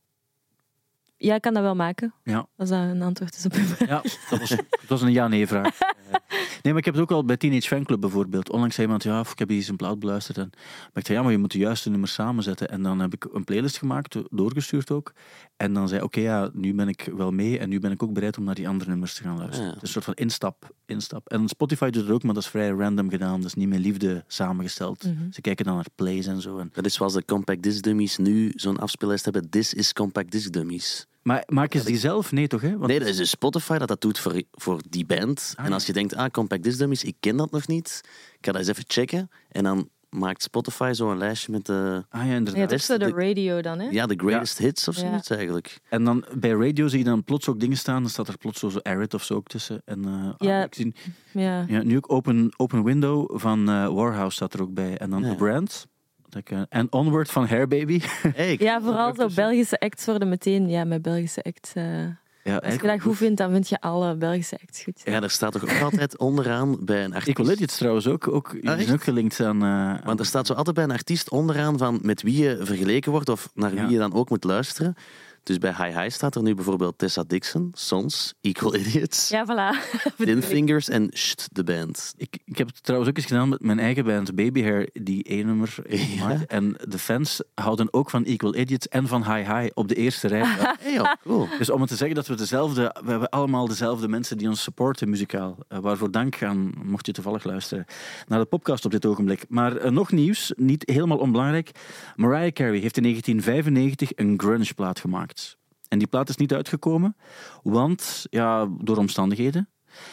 ja, ik kan dat wel maken. Ja. Als dat een antwoord is op uw vraag. Ja, dat was, dat was een ja-nee-vraag. Eh, nee, maar ik heb het ook al bij Teenage Fanclub bijvoorbeeld. Onlangs zei iemand, ja, ik heb hier eens een plaat beluisterd. En, maar ik zei, ja, maar je moet de juiste nummers samenzetten. En dan heb ik een playlist gemaakt, doorgestuurd ook. En dan zei oké, ja, nu ben ik wel mee. En nu ben ik ook bereid om naar die andere nummers te gaan luisteren. Ja. Het is een soort van instap, instap. En Spotify doet het ook, maar dat is vrij random gedaan. Dat is niet met liefde samengesteld. Mhm. Ze kijken dan naar plays en zo. En, Dat is zoals de Compact Disc Dummies nu zo'n afspeellijst hebben. This is Compact Disc Dummies. maar maken ze die zelf? Nee, toch? Hè? Want, Nee, dat is dus Spotify dat dat doet voor, voor die band. Ah, en als je denkt, ah, Compact Disc Dummies, ik ken dat nog niet. Ik ga dat eens even checken. En dan maakt Spotify zo een lijstje met de, Ah ja, inderdaad. Ja, het is zo de de- radio dan, hè? ja, de greatest hits of Ja. zoiets eigenlijk. En dan bij radio zie je dan plots ook dingen staan. Dan staat er plots zo zo Arid of zo ook tussen. En, eh, ah, Ja. ik zie, Ja. ja, nu ook Open, open Window van eh, Warhouse staat er ook bij. En dan Ja. A Brand. Dat ik, eh, En Onward van Hair Baby. Hey, ik- Ja, vooral zo tussen. Belgische acts worden meteen... Ja, met Belgische acts... eh, Ja, als je dat goed vindt, dan vind je alle Belgische acts goed. ja, er staat toch ook altijd onderaan bij een artiest. Equal Idiots trouwens ook. ook die Ah, zijn echt? ook gelinkt aan... eh, Want er staat zo altijd bij een artiest onderaan van met wie je vergeleken wordt of naar wie Ja. je dan ook moet luisteren. Dus bij Hi Hi staat er nu bijvoorbeeld Tessa Dixon, Sons, Equal Idiots, Ja, voilà. Thin Fingers en Sht, de band. Ik, ik heb het trouwens ook eens gedaan met mijn eigen band Baby Hair, die één nummer heeft Ja. gemaakt. En de fans houden ook van Equal Idiots en van Hi Hi op de eerste rij. Hey, joh, cool. Dus om het te zeggen dat we dezelfde... We hebben allemaal dezelfde mensen die ons supporten muzikaal. Uh, waarvoor dank aan, mocht je toevallig luisteren, naar de podcast op dit ogenblik. Maar uh, nog nieuws, niet helemaal onbelangrijk. Mariah Carey heeft in negentien vijfennegentig een grunge-plaat gemaakt. En die plaat is niet uitgekomen, want ja, door omstandigheden.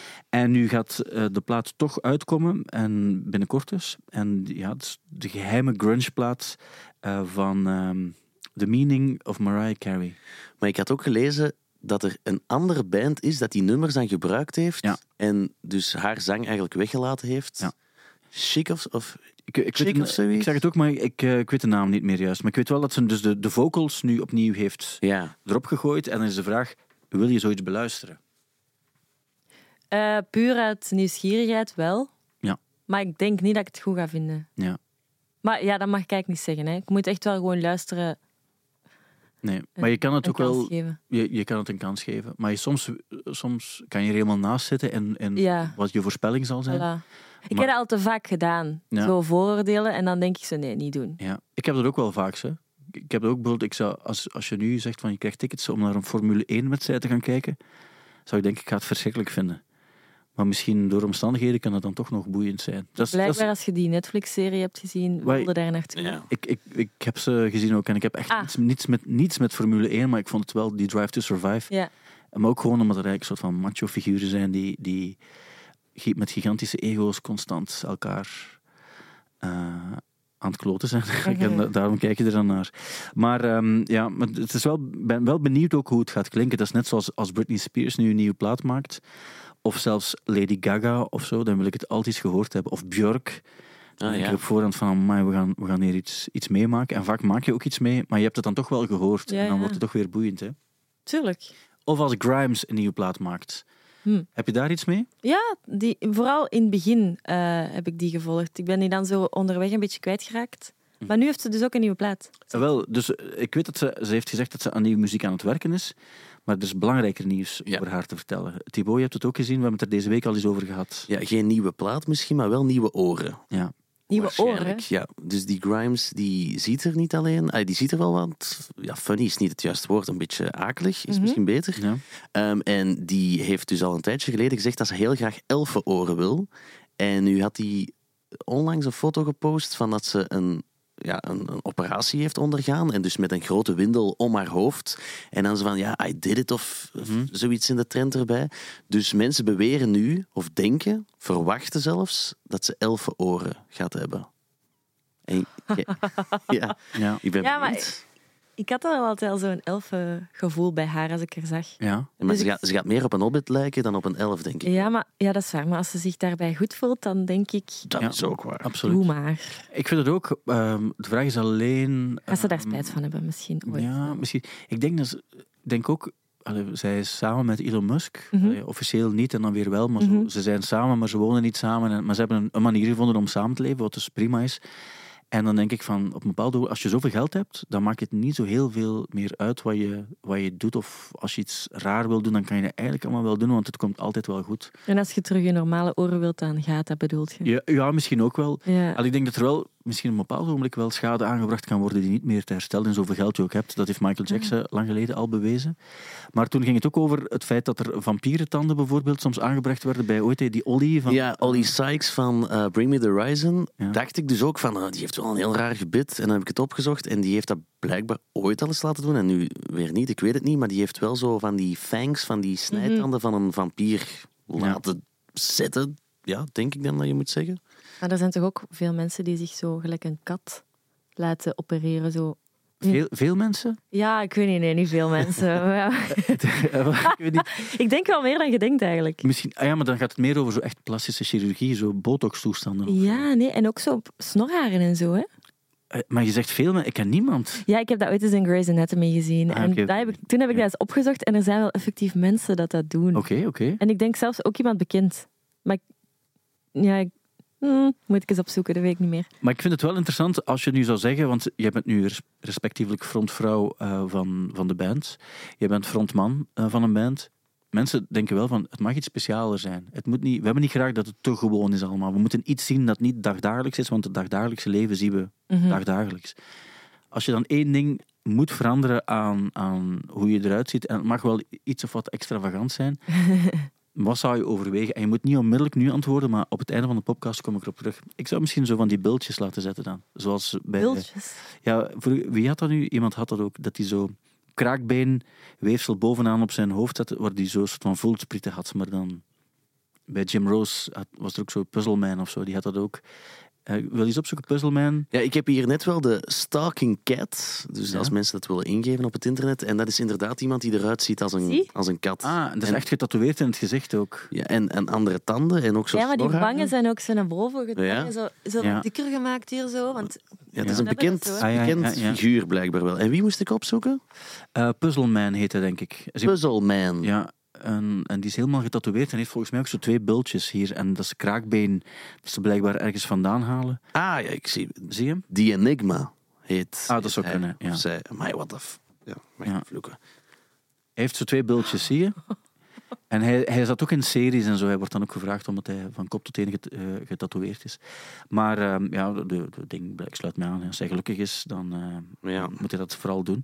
En nu gaat uh, de plaat toch uitkomen, en binnenkort dus. En ja, het is de geheime grunge-plaat uh, van um, The Meaning of Mariah Carey. Maar ik had ook gelezen dat er een andere band is dat die nummers dan gebruikt heeft Ja. en dus haar zang eigenlijk weggelaten heeft. Ja. Chic of... of Ik, ik, Chic weet, of zoiets? ik zeg het ook, maar ik, uh, ik weet de naam niet meer juist. Maar ik weet wel dat ze dus de, de vocals nu opnieuw heeft ja. erop gegooid. En dan is de vraag, wil je zoiets beluisteren? Uh, puur uit nieuwsgierigheid wel. Ja. Maar ik denk niet dat ik het goed ga vinden. Ja. Maar ja, dat mag ik eigenlijk niet zeggen. Hè. Ik moet echt wel gewoon luisteren. Nee, maar je kan het een ook wel... geven. Je, je kan het een kans geven. Maar je, soms, soms kan je er helemaal naast zitten en, en Ja. wat je voorspelling zal zijn. Voilà. Ik Maar- heb dat al te vaak gedaan. Ja. Zo vooroordelen. En dan denk ik zo, nee, niet doen. Ja. Ik heb dat ook wel vaak. Hè. Ik heb dat ook bijvoorbeeld, ik zou, als, als je nu zegt van je krijgt tickets om naar een Formule één wedstrijd te gaan kijken, zou ik denken, ik ga het verschrikkelijk vinden. Maar misschien door omstandigheden kan het dan toch nog boeiend zijn. Dat is, Blijkbaar dat is- als je die Netflix-serie hebt gezien, Wij- wilde daar naartoe. Ja. ik, ik, ik heb ze gezien ook en ik heb echt Ah. niets, niets, met, niets met Formule één, maar ik vond het wel die Drive to Survive. Ja. Maar ook gewoon omdat er eigenlijk een soort van macho-figuren zijn die, die gi- met gigantische ego's constant elkaar eh, aan het kloten zijn. En da- daarom kijk je er dan naar. Maar ehm, ja, maar het is wel, ben wel benieuwd ook hoe het gaat klinken. Dat is net zoals als Britney Spears nu een nieuwe plaat maakt. Of zelfs Lady Gaga of zo. Dan wil ik het altijd eens gehoord hebben. Of Björk. Dan Ah, denk ja. ik op voorhand van, amai, we gaan, we gaan hier iets, iets meemaken. En vaak maak je ook iets mee, maar je hebt het dan toch wel gehoord. Ja, en dan ja. wordt het toch weer boeiend. Hè? Tuurlijk. Of als Grimes een nieuwe plaat maakt. Hm. Heb je daar iets mee? Ja, die, vooral in het begin eh, heb ik die gevolgd. Ik ben die dan zo onderweg een beetje kwijtgeraakt. Hm. Maar nu heeft ze dus ook een nieuwe plaat. Uh, wel, dus uh, ik weet dat ze, ze heeft gezegd dat ze aan nieuwe muziek aan het werken is. Maar er is belangrijker nieuws Ja. over haar te vertellen. Thibaut, je hebt het ook gezien. We hebben het er deze week al eens over gehad. Ja, geen nieuwe plaat misschien, maar wel nieuwe oren. Ja. Nieuwe Waarschijnlijk, oren. Ja, dus die Grimes, die ziet er niet alleen... ah, die ziet er wel wat... Ja, funny is niet het juiste woord. Een beetje akelig is Mhm. misschien beter. Ja. Ehm, en die heeft dus al een tijdje geleden gezegd dat ze heel graag elfenoren wil. En nu had hij onlangs een foto gepost van dat ze een, ja, een, een operatie heeft ondergaan. En dus met een grote windel om haar hoofd. En dan zo van, ja, I did it of, of Mhm. zoiets in de trend erbij. Dus mensen beweren nu, of denken, verwachten zelfs, dat ze elfenoren gaat hebben. En, ja, ja, Ja. ik ben Ja, maar- benieuwd. Ik had al altijd al zo'n elfengevoel bij haar als ik haar zag. Ja. Ja, maar Dus ze, ik- gaat, ze gaat meer op een hobbit lijken dan op een elf, denk ik. Ja, maar, ja, dat is waar. Maar als ze zich daarbij goed voelt, dan denk ik, Dat Ja. is ook waar. Absoluut. doe maar. Ik vind het ook... ehm, de vraag is alleen... Gaat ze daar ehm, spijt van hebben, misschien ooit. Ja, misschien. Ik denk, dat ze, ik denk ook... allee, zij is samen met Elon Musk. Mhm. Allee, officieel niet en dan weer wel. Maar zo- Mhm. ze zijn samen, maar ze wonen niet samen. En, maar ze hebben een, een manier gevonden om samen te leven, wat dus prima is. En dan denk ik van, op een bepaalde... Als je zoveel geld hebt, dan maakt het niet zo heel veel meer uit wat je, wat je doet. Of als je iets raar wil doen, dan kan je het eigenlijk allemaal wel doen, want het komt altijd wel goed. En als je terug je normale oren wilt, dan gaat dat, bedoelt je? Ja, ja misschien ook wel. Ja. Al, ik denk dat er wel misschien op een bepaald ogenblik wel schade aangebracht kan worden die niet meer te herstellen in zoveel geld je ook hebt. Dat heeft Michael Jackson lang geleden al bewezen. Maar toen ging het ook over het feit dat er vampierentanden bijvoorbeeld soms aangebracht werden bij ooit die Ollie van... Ja, Ollie Sykes van eh, Bring Me The Horizon, Ja. dacht ik dus ook van, eh, die heeft wel een heel raar gebit. En dan heb ik het opgezocht en die heeft dat blijkbaar ooit al eens laten doen. En nu weer niet, ik weet het niet, maar die heeft wel zo van die fangs, van die snijtanden van een vampier laten zetten. Ja, denk ik dan dat je moet zeggen. Maar er zijn toch ook veel mensen die zich zo gelijk een kat laten opereren. Zo. Veel, veel mensen? Ja, ik weet niet, nee, niet veel mensen. Maar ja. ik weet niet. Ik denk wel meer dan je denkt eigenlijk. Misschien, ah ja, maar dan gaat het meer over zo echt plastische chirurgie, zo botox-toestanden. of zo. Ja, nee, en ook zo op snorharen en zo, hè. Eh, Maar je zegt veel mensen, ik ken niemand. Ja, ik heb dat ooit eens in Grey's Anatomy gezien. Ah, en oké. dat heb ik, toen heb ik dat eens opgezocht en er zijn wel effectief mensen dat dat doen. Oké, oké. En ik denk zelfs ook iemand bekend. Maar ik, ja, ik, hmm, moet ik eens opzoeken, dat weet ik niet meer. Maar ik vind het wel interessant als je nu zou zeggen, want je bent nu res- respectievelijk frontvrouw eh, van, van de band. Je bent frontman eh, van een band. Mensen denken wel van, het mag iets specialer zijn. Het moet niet, we hebben niet graag dat het te gewoon is allemaal. We moeten iets zien dat niet dagdagelijks is, want het dagdagelijkse leven zien we Mhm. dagdagelijks. Als je dan één ding moet veranderen aan, aan hoe je eruit ziet, en het mag wel iets of wat extravagant zijn, wat zou je overwegen? En je moet niet onmiddellijk nu antwoorden, maar op het einde van de podcast kom ik erop terug. Ik zou misschien zo van die bultjes laten zetten dan. Zoals bij... Bultjes. Ja, voor, wie had dat nu? Iemand had dat ook, dat hij zo kraakbeenweefsel bovenaan op zijn hoofd zette, waar hij zo soort van voelsprieten had. Maar dan... Bij Jim Rose had- was er ook zo'n Puzzleman of zo, die had dat ook. Eh, wil je eens opzoeken, Puzzleman? Ja, ik heb hier net wel de Stalking Cat. Dus Ja. als mensen dat willen ingeven op het internet. En dat is inderdaad iemand die eruit ziet als een, Zie? als een kat. Ah, dat is En- echt getatoeëerd in het gezicht ook. Ja, en, en andere tanden en ook zo Ja, maar die snorharen. wangen zijn ook zo naar boven Ja. getrokken. Zo, zo Ja. dikker gemaakt hier zo. Want Ja, dat is Ja. een bekend, Dat is zo, hè? bekend Ah, ja, ja, ja. figuur blijkbaar wel. En wie moest ik opzoeken? Eh, Puzzleman heette, denk ik. Is iemand- Puzzleman. Ja, een, en die is helemaal getatoeëerd en heeft volgens mij ook zo twee bultjes hier. En dat is kraakbeen, dat ze blijkbaar ergens vandaan halen. Ah, ja, ik zie. Zie je hem? Die Enigma heet. Ah, dat zou hij, kunnen, ja. Of zij. Maar wat de... F- ja, mijn Ja. vloeken. Hij heeft zo twee bultjes, zie je? En hij, hij zat ook in series en zo. Hij wordt dan ook gevraagd omdat hij van kop tot teen get, uh, getatoeëerd is. Maar uh, ja, de, de ding, ik sluit me aan. Als hij gelukkig is, dan uh, Ja. moet hij dat vooral doen.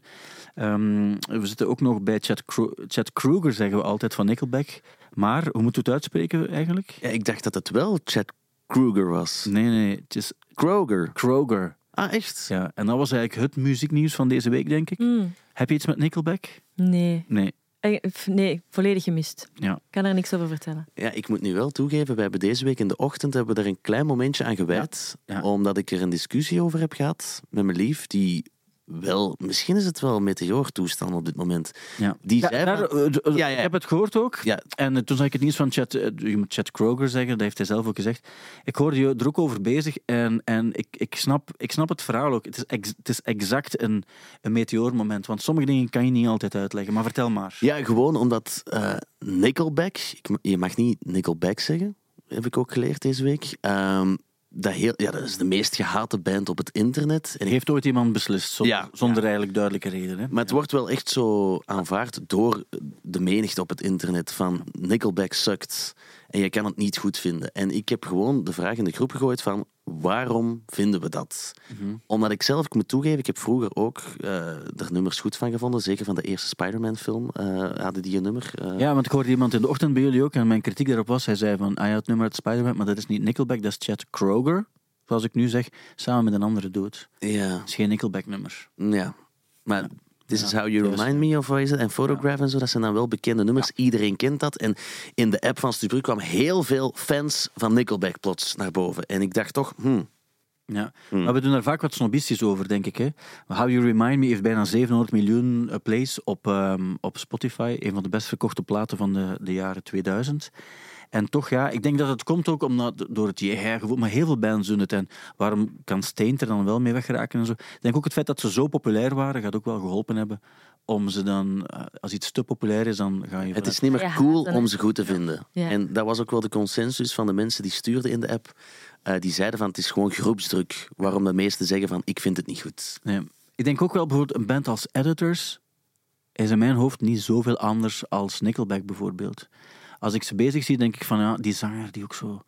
Um, we zitten ook nog bij Chad, Kro- Chad Kroeger, zeggen we altijd, van Nickelback. Maar, hoe moeten we het uitspreken eigenlijk? Ja, ik dacht dat het wel Chad Kroeger was. Nee, nee, het is Kroger. Kroger. Ah, echt? Ja, en dat was eigenlijk het muzieknieuws van deze week, denk ik. Mm. Heb je iets met Nickelback? Nee. Nee. Eh, f- Nee, volledig gemist. Ja. Ik kan er niks over vertellen. Ja, ik moet nu wel toegeven, we hebben deze week in de ochtend hebben we er een klein momentje aan gewijd. Ja. Ja. Omdat ik er een discussie over heb gehad met mijn lief, die wel, misschien is het wel een meteoortoestand op dit moment. Ja. Die Ja, zei daar, van- uh, d- uh, Ja, ja. Ik heb het gehoord ook. Ja. En uh, toen zag ik het nieuws van Chad, uh, je moet Chad Kroger zeggen, dat heeft hij zelf ook gezegd. Ik hoorde je er ook over bezig en, en ik, ik, snap, ik snap het verhaal ook. Het is, ex, het is exact een, een meteoormoment, want sommige dingen kan je niet altijd uitleggen. Maar vertel maar. Ja, gewoon omdat uh, Nickelback, ik, je mag niet Nickelback zeggen, heb ik ook geleerd deze week. Um, dat, heel, ja, dat is de meest gehate band op het internet. En ik- Heeft ooit iemand beslist, zonder, Ja, zonder ja. eigenlijk duidelijke reden. Hè? Maar het wordt wel echt zo aanvaard door de menigte op het internet van Nickelback suckt en je kan het niet goed vinden. En ik heb gewoon de vraag in de groep gegooid van waarom vinden we dat? Mhm. Omdat ik zelf, ik moet toegeven, ik heb vroeger ook uh, er nummers goed van gevonden. Zeker van de eerste Spider-Man film uh, hadden die een nummer. Uh, Ja, want ik hoorde iemand in de ochtend bij jullie ook en mijn kritiek daarop was, hij zei van, ah ja, het nummer uit Spider-Man, maar dat is niet Nickelback, dat is Chad Kroger, zoals ik nu zeg, samen met een andere dude. ja, Dat is geen Nickelback-nummer. ja. Maar This Ja, is How You juist, Remind Me, of wat is het? En Photograph en zo, dat zijn dan wel bekende nummers. Iedereen kent dat. En in de app van Stubru kwamen heel veel fans van Nickelback plots naar boven. En ik dacht toch, hmm, Ja, Hmm. maar we doen daar vaak wat snobistisch over, denk ik. Hè. How You Remind Me heeft bijna zevenhonderd miljoen uh, plays op, um, op Spotify. Een van de best verkochte platen van de, de jaren tweeduizend. En toch, ja, ik denk dat het komt ook omdat, door het yeah-gevoel. Maar heel veel bands doen het. En waarom kan Steent er dan wel mee weggeraken en zo? Ik denk ook het feit dat ze zo populair waren, gaat ook wel geholpen hebben om ze dan... Uh, als iets te populair is, dan ga je... het vanuit- is niet meer Ja, cool dan- om ze goed te vinden. Ja. En dat was ook wel de consensus van de mensen die stuurden in de app. Uh, die zeiden van, het is gewoon groepsdruk. Waarom de meesten zeggen van, ik vind het niet goed. Nee. Ik denk ook wel bijvoorbeeld een band als Editors is in mijn hoofd niet zoveel anders als Nickelback bijvoorbeeld. Als ik ze bezig zie, denk ik van ja, die zanger die ook zo,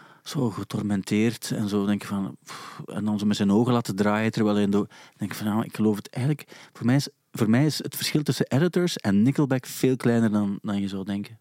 zo getormenteerd en zo, denk ik van, pff, en dan zo met zijn ogen laten draaien terwijl hij do- denk ik van ja, ik geloof het eigenlijk. Voor mij is, voor mij is het verschil tussen Editors en Nickelback veel kleiner dan, dan je zou denken.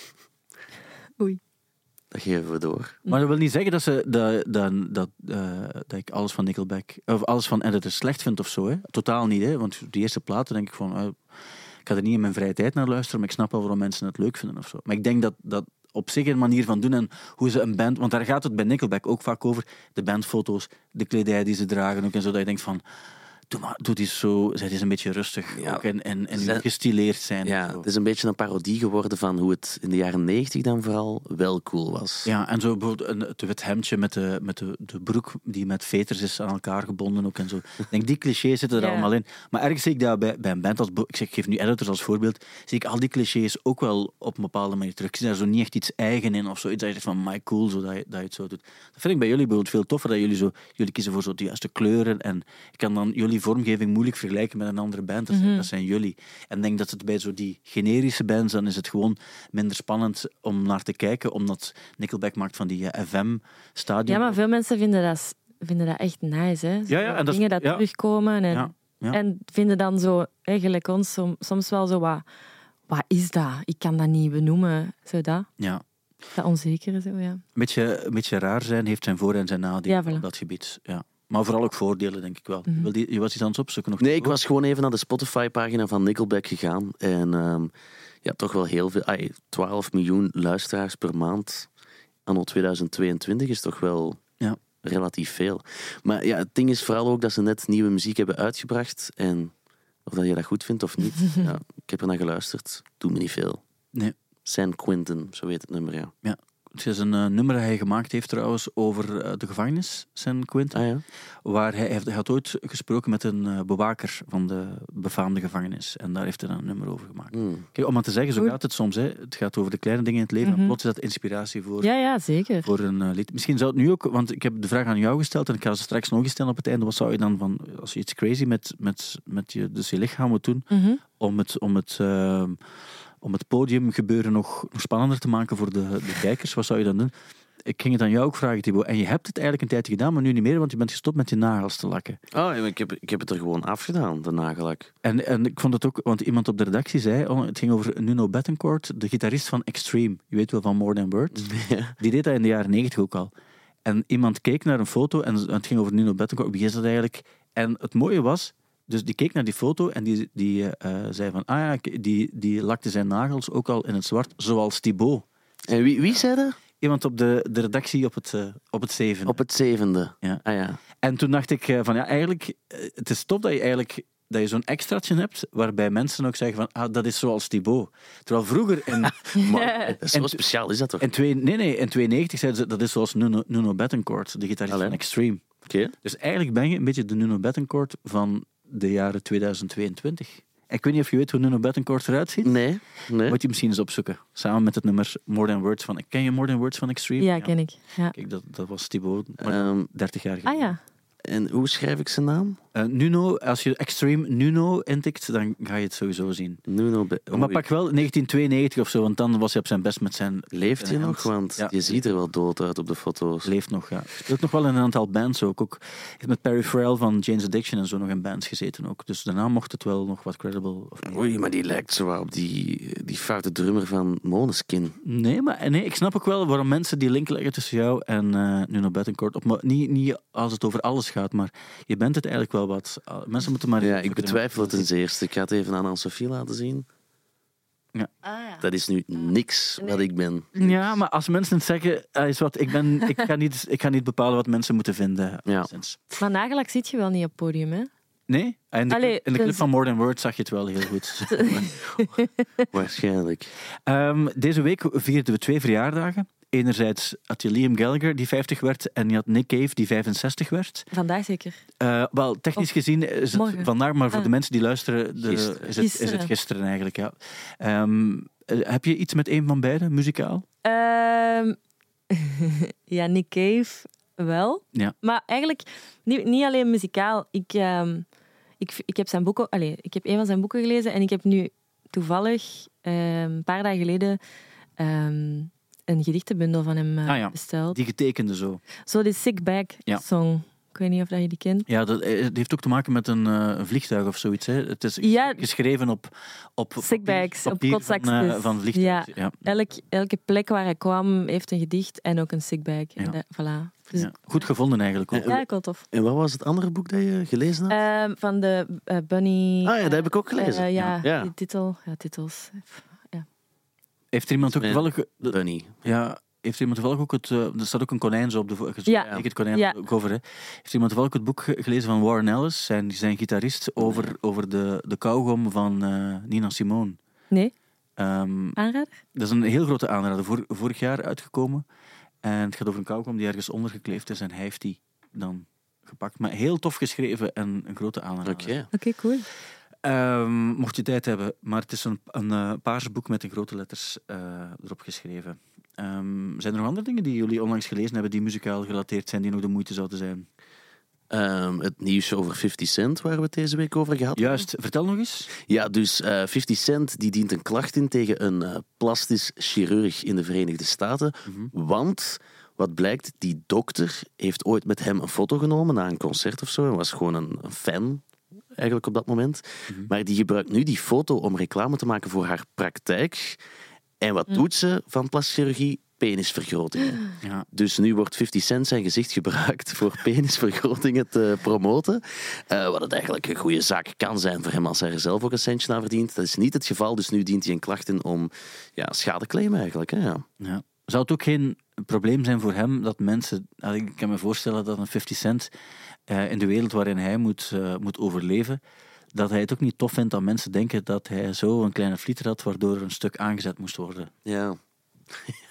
Oei. Dat geven we door. Maar dat wil niet zeggen dat, ze, dat, dat, dat, uh, dat ik alles van Nickelback of alles van Editors slecht vind of zo. Hè. Totaal niet, hè. Want die eerste platen denk ik van, uh, ik ga er niet in mijn vrije tijd naar luisteren, maar ik snap wel waarom mensen het leuk vinden of zo. Maar ik denk dat dat op zich een manier van doen en hoe ze een band, want daar gaat het bij Nickelback ook vaak over, de bandfoto's, de kledij die ze dragen ook en zo, dat je denkt van, doe maar, doe die zo, zij is een beetje rustig Ja. ook en, en, en Ze- gestileerd zijn. Ja, en zo. het is een beetje een parodie geworden van hoe het in de jaren negentig dan vooral wel cool was. Ja, en zo bijvoorbeeld een, het wit hemdje met, de, met de, de broek die met veters is aan elkaar gebonden ook en zo. Ik denk, die clichés zitten er Ja. allemaal in. Maar ergens zie ik dat bij, bij een band, als, bo- ik, zeg, ik geef nu Editors als voorbeeld, zie ik al die clichés ook wel op een bepaalde manier terug. Ik zie daar zo niet echt iets eigen in of zo. Iets dat je zegt van, my cool, zo dat, je, dat je het zo doet. Dat vind ik bij jullie bijvoorbeeld veel toffer, dat jullie zo, jullie kiezen voor zo de juiste kleuren en ik kan dan jullie vormgeving moeilijk vergelijken met een andere band. Dat zijn, Mhm. dat zijn jullie. En ik denk dat het bij zo die generische bands, dan is het gewoon minder spannend om naar te kijken, omdat Nickelback maakt van die uh, F M-stadion. Ja, maar veel mensen vinden dat, vinden dat echt nice. Hè? Zo Ja, ja, en dat is- dingen dat ja. terugkomen. En, Ja, ja. en vinden dan zo, eigenlijk ons, som- soms wel zo wat... Wat is dat? Ik kan dat niet benoemen. Zo dat. Ja. Dat onzekere, zo, ja. Een beetje, een beetje raar zijn heeft zijn voor- en zijn nadelen Ja, voilà. op dat gebied. Ja. Maar vooral ook voordelen, denk ik wel. Mhm. Wil die, je was iets aan het opzoeken nog? Nee, ik was gewoon even naar de Spotify-pagina van Nickelback gegaan. En um, ja, toch wel heel veel. Ay, twaalf miljoen luisteraars per maand anno tweeduizend tweeëntwintig is toch wel Ja. relatief veel. Maar ja, het ding is vooral ook dat ze net nieuwe muziek hebben uitgebracht. En of dat je dat goed vindt of niet. Ja, ik heb er naar geluisterd. Doe me niet veel. Nee. San Quentin, zo heet het nummer, ja. Het is een uh, nummer dat hij gemaakt heeft trouwens over uh, de gevangenis, San Quentin. Ah, ja. Waar hij, heeft, hij had ooit gesproken met een uh, bewaker van de befaamde gevangenis. En daar heeft hij dan een nummer over gemaakt. Mm. Kijk, om maar te zeggen, zo Goed. gaat het soms. Hè. Het gaat over de kleine dingen in het leven. Mm-hmm. En plots is dat inspiratie voor, Ja, ja, zeker. voor een uh, lied. Misschien zou het nu ook... Want ik heb de vraag aan jou gesteld en ik ga ze straks nog eens stellen op het einde. Wat zou je dan van... Als je iets crazy met, met, met je, dus je lichaam moet doen... Mm-hmm. om het... Om het uh, om het podiumgebeuren nog, nog spannender te maken voor de, de kijkers, wat zou je dan doen? Ik ging het aan jou ook vragen, Thibaut. En je hebt het eigenlijk een tijdje gedaan, maar nu niet meer, want je bent gestopt met je nagels te lakken. Oh, ik heb, ik heb het er gewoon afgedaan, de nagellak. En, en ik vond het ook, want iemand op de redactie zei, oh, het ging over Nuno Bettencourt, de gitarist van Extreme. Je weet wel, van More Than Words. Ja. Die deed dat in de jaren negentig ook al. En iemand keek naar een foto en het ging over Nuno Bettencourt. Wie is dat eigenlijk? En het mooie was... Dus die keek naar die foto en die, die uh, zei van... Ah ja, die, die lakte zijn nagels ook al in het zwart, zoals Thibaut. En wie, wie zei dat? Iemand op de, de redactie op het, uh, op het zevende. Op het zevende. Ja. Ah, ja. En toen dacht ik uh, van ja, eigenlijk... Uh, het is top dat je eigenlijk... Dat je zo'n extraatje hebt, waarbij mensen ook zeggen van... Ah, dat is zoals Thibaut. Terwijl vroeger in... Maar, zo En- speciaal is dat toch? in twee, nee, nee, in tweeënnegentig zeiden ze... Dat is zoals Nuno, Nuno Bettencourt, de gitarist Allee. van Extreme. Oké. Dus eigenlijk ben je een beetje de Nuno Bettencourt van de jaren tweeduizend tweeëntwintig. Ik weet niet of je weet hoe Nuno Bettencourt eruit ziet. Nee, nee. Moet je misschien eens opzoeken. Samen met het nummer More Than Words van... Ken je More Than Words van Extreme? Ja, ken ik. Ja. Kijk, dat, dat was Thibaut, maar Ehm, dertig jaar geleden. Ah ja. en hoe schrijf ik zijn naam? Uh, Nuno, als je Extreme Nuno intikt, dan ga je het sowieso zien. Nuno Be- Maar pak wel negentien tweeënnegentig of zo, want dan was hij op zijn best met zijn... Leeft hij zijn nog? hand. Want Ja. je ziet er wel dood uit op de foto's. Leeft nog, ja. Speelt nog wel in een aantal bands ook. ook. Heeft met Perry Farrell van Jane's Addiction en zo nog in bands gezeten ook. Dus daarna mocht het wel nog wat credible. Of niet. Oei, maar die lijkt zo wat op die, die foute drummer van Måneskin. Nee, maar nee, ik snap ook wel waarom mensen die link leggen tussen jou en uh, Nuno Bettencourt. Op, maar niet, niet als het over alles gaat, maar je bent het eigenlijk wel wat. Uh, mensen moeten maar... Ja, ik betwijfel het ten zeerste. Ik ga het even aan Anne-Sophie laten zien. Ah, ja. Dat is nu niks wat ik ben. Ja, maar als mensen het zeggen, uh, is wat, ik, ben, ik, ga niet, ik ga niet bepalen wat mensen moeten vinden. Ja. Sinds. Maar nagellak zit je wel niet op het podium, hè? Nee? In de, Allee, clip, in de clip dus- van More Than Words zag je het wel heel goed. Waarschijnlijk. um, deze week vierden we twee verjaardagen. Enerzijds had je Liam Gallagher, die vijftig werd, en je had Nick Cave, die vijfenzestig werd. Vandaag zeker. Uh, wel, technisch Of gezien is het morgen. vandaag, maar voor Ah. de mensen die luisteren, de, Gisteren. is, het, is het Gisteren. gisteren eigenlijk, ja. Um, uh, heb je iets met een van beiden, muzikaal? Ehm, ja, Nick Cave wel. Ja. Maar eigenlijk niet, niet alleen muzikaal. Ik, ehm, ik, ik heb zijn boeken... Allez, ik heb een van zijn boeken gelezen en ik heb nu toevallig ehm, een paar dagen geleden ehm, een gedichtenbundel van hem uh, Ah ja. besteld. Die getekende zo. Zo, die Sick Bag Ja. song. Ik weet niet of dat je die kent. Ja, dat eh, het heeft ook te maken met een, uh, een vliegtuig of zoiets. Hè. Het is Ja. geschreven op, op Sick papier, bags, op papier van, kotzakjes. uh, van vliegtuig. Ja. Ja. Elk, elke plek waar hij kwam heeft een gedicht en ook een sick bag. En Ja. dat, voilà. Dus, Ja. Goed gevonden eigenlijk ook. Eh, ja, ik wel tof. En wat was het andere boek dat je gelezen had? Ehm, van de uh, Bunny... ah ja, dat heb ik ook gelezen. Eh, ja, Ja. die titel. Ja, titels. Heeft er iemand ook Met- toevallig... Bunny. Ja, heeft er iemand toevallig ook het... uh, er staat ook een konijn zo op de... vo- Ja. Ik het konijn Ja. op de cover, hè. Heeft er iemand toevallig ook het boek ge- gelezen van Warren Ellis, zijn, zijn gitarist, over, over de, de kauwgom van uh, Nina Simone. Nee, Um, aanrader? dat is een heel grote aanrader. Vor, vorig jaar uitgekomen. En het gaat over een kauwgom die ergens ondergekleefd is en hij heeft die dan gepakt. Maar heel tof geschreven en een grote aanrader. Oké. Oké, cool. Um, mocht je tijd hebben, maar het is een, een uh, paars boek met de grote letters uh, erop geschreven. Um, zijn er nog andere dingen die jullie onlangs gelezen hebben die muzikaal gerelateerd zijn, die nog de moeite zouden zijn? Ehm, het nieuws over fifty Cent, waar we het deze week over gehad hebben. Juist, vertel nog eens. Ja, dus uh, fifty Cent die dient een klacht in tegen een uh, plastisch chirurg in de Verenigde Staten. Mhm. Want, wat blijkt, die dokter heeft ooit met hem een foto genomen na een concert of zo. En was gewoon een, een fan, eigenlijk op dat moment. Mhm. Maar die gebruikt nu die foto om reclame te maken voor haar praktijk. En wat doet ze van plastische chirurgie? Penisvergrotingen. Ja. Dus nu wordt fifty Cent zijn gezicht gebruikt voor penisvergrotingen te promoten. Uh, wat het eigenlijk een goede zaak kan zijn voor hem als hij er zelf ook een centje aan verdient. Dat is niet het geval, dus nu dient hij een klacht in om ja, schadeclaim eigenlijk. Hè, ja. Ja. Zou het ook geen probleem zijn voor hem dat mensen... Ik kan me voorstellen dat een fifty Cent uh, in de wereld waarin hij moet, uh, moet overleven, dat hij het ook niet tof vindt dat mensen denken dat hij zo een kleine flieter had waardoor er een stuk aangezet moest worden. Ja.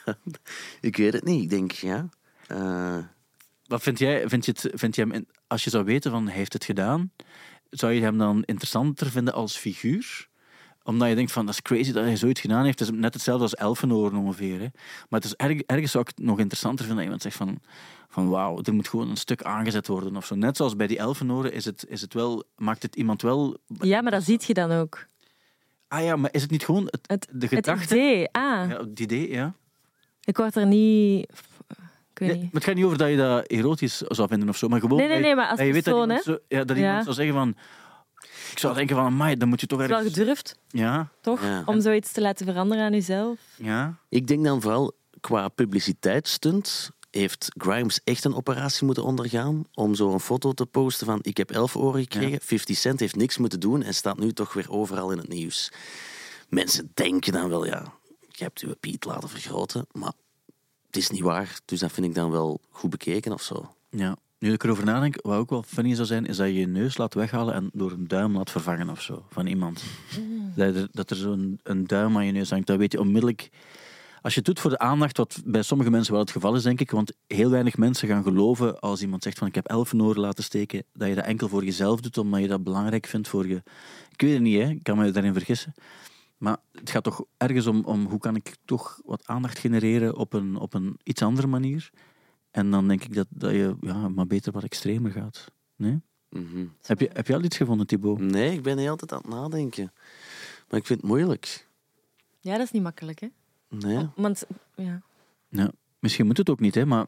Ik weet het niet. Ik denk, ja... Uh... Wat vind jij, vind je het, vind je hem, als je zou weten van hij heeft het gedaan, zou je hem dan interessanter vinden als figuur? Omdat je denkt van, dat is crazy dat hij zoiets gedaan heeft. Het is net hetzelfde als Elfenoren ongeveer. Hè. Maar het is erg, ergens zou ik het nog interessanter vinden dat iemand zegt van, van wauw, er moet gewoon een stuk aangezet worden of zo. Net zoals bij die Elfenoren is het, is het wel, maakt het iemand wel... Ja, maar dat ziet je dan ook. Ah ja, maar is het niet gewoon het, het, de gedachte? Het idee, ah. Ja, het idee, ja. Ik word er niet... Ik weet nee, niet. maar het gaat niet over dat je dat erotisch zou vinden of zo, maar gewoon... Nee, nee, nee, maar als dat je weet persoon, dat iemand, zo, ja, dat iemand ja. zou zeggen van... Ik zou denken van, amai, dan moet je toch ergens... ergens... wel gedurfd, ja. toch? Ja. Om zoiets te laten veranderen aan jezelf. Ja. Ik denk dan vooral qua publiciteitsstunt heeft Grimes echt een operatie moeten ondergaan om zo een foto te posten van ik heb elf oren gekregen, ja. fifty Cent heeft niks moeten doen en staat nu toch weer overal in het nieuws. Mensen denken dan wel, ja, je hebt je Piet laten vergroten, maar het is niet waar. Dus dat vind ik dan wel goed bekeken of zo. Ja. Nu dat ik erover nadenk, wat ook wel funny zou zijn, is dat je je neus laat weghalen en door een duim laat vervangen of zo, van iemand. Mm. Dat er, dat er zo'n een duim aan je neus hangt, dat weet je onmiddellijk... Als je het doet voor de aandacht, wat bij sommige mensen wel het geval is, denk ik, want heel weinig mensen gaan geloven als iemand zegt van ik heb elfenoren laten steken, dat je dat enkel voor jezelf doet, omdat je dat belangrijk vindt voor je... Ik weet het niet, hè. Ik kan me daarin vergissen. Maar het gaat toch ergens om, om hoe kan ik toch wat aandacht genereren op een, op een iets andere manier. En dan denk ik dat, dat je ja, maar beter wat extremer gaat. Nee? Mm-hmm. Heb je, heb je al iets gevonden, Thibaut? Nee, ik ben de hele tijd aan het nadenken. Maar ik vind het moeilijk. Ja, dat is niet makkelijk, hè? Nee. Oh, want, ja. Ja, misschien moet het ook niet, hè, maar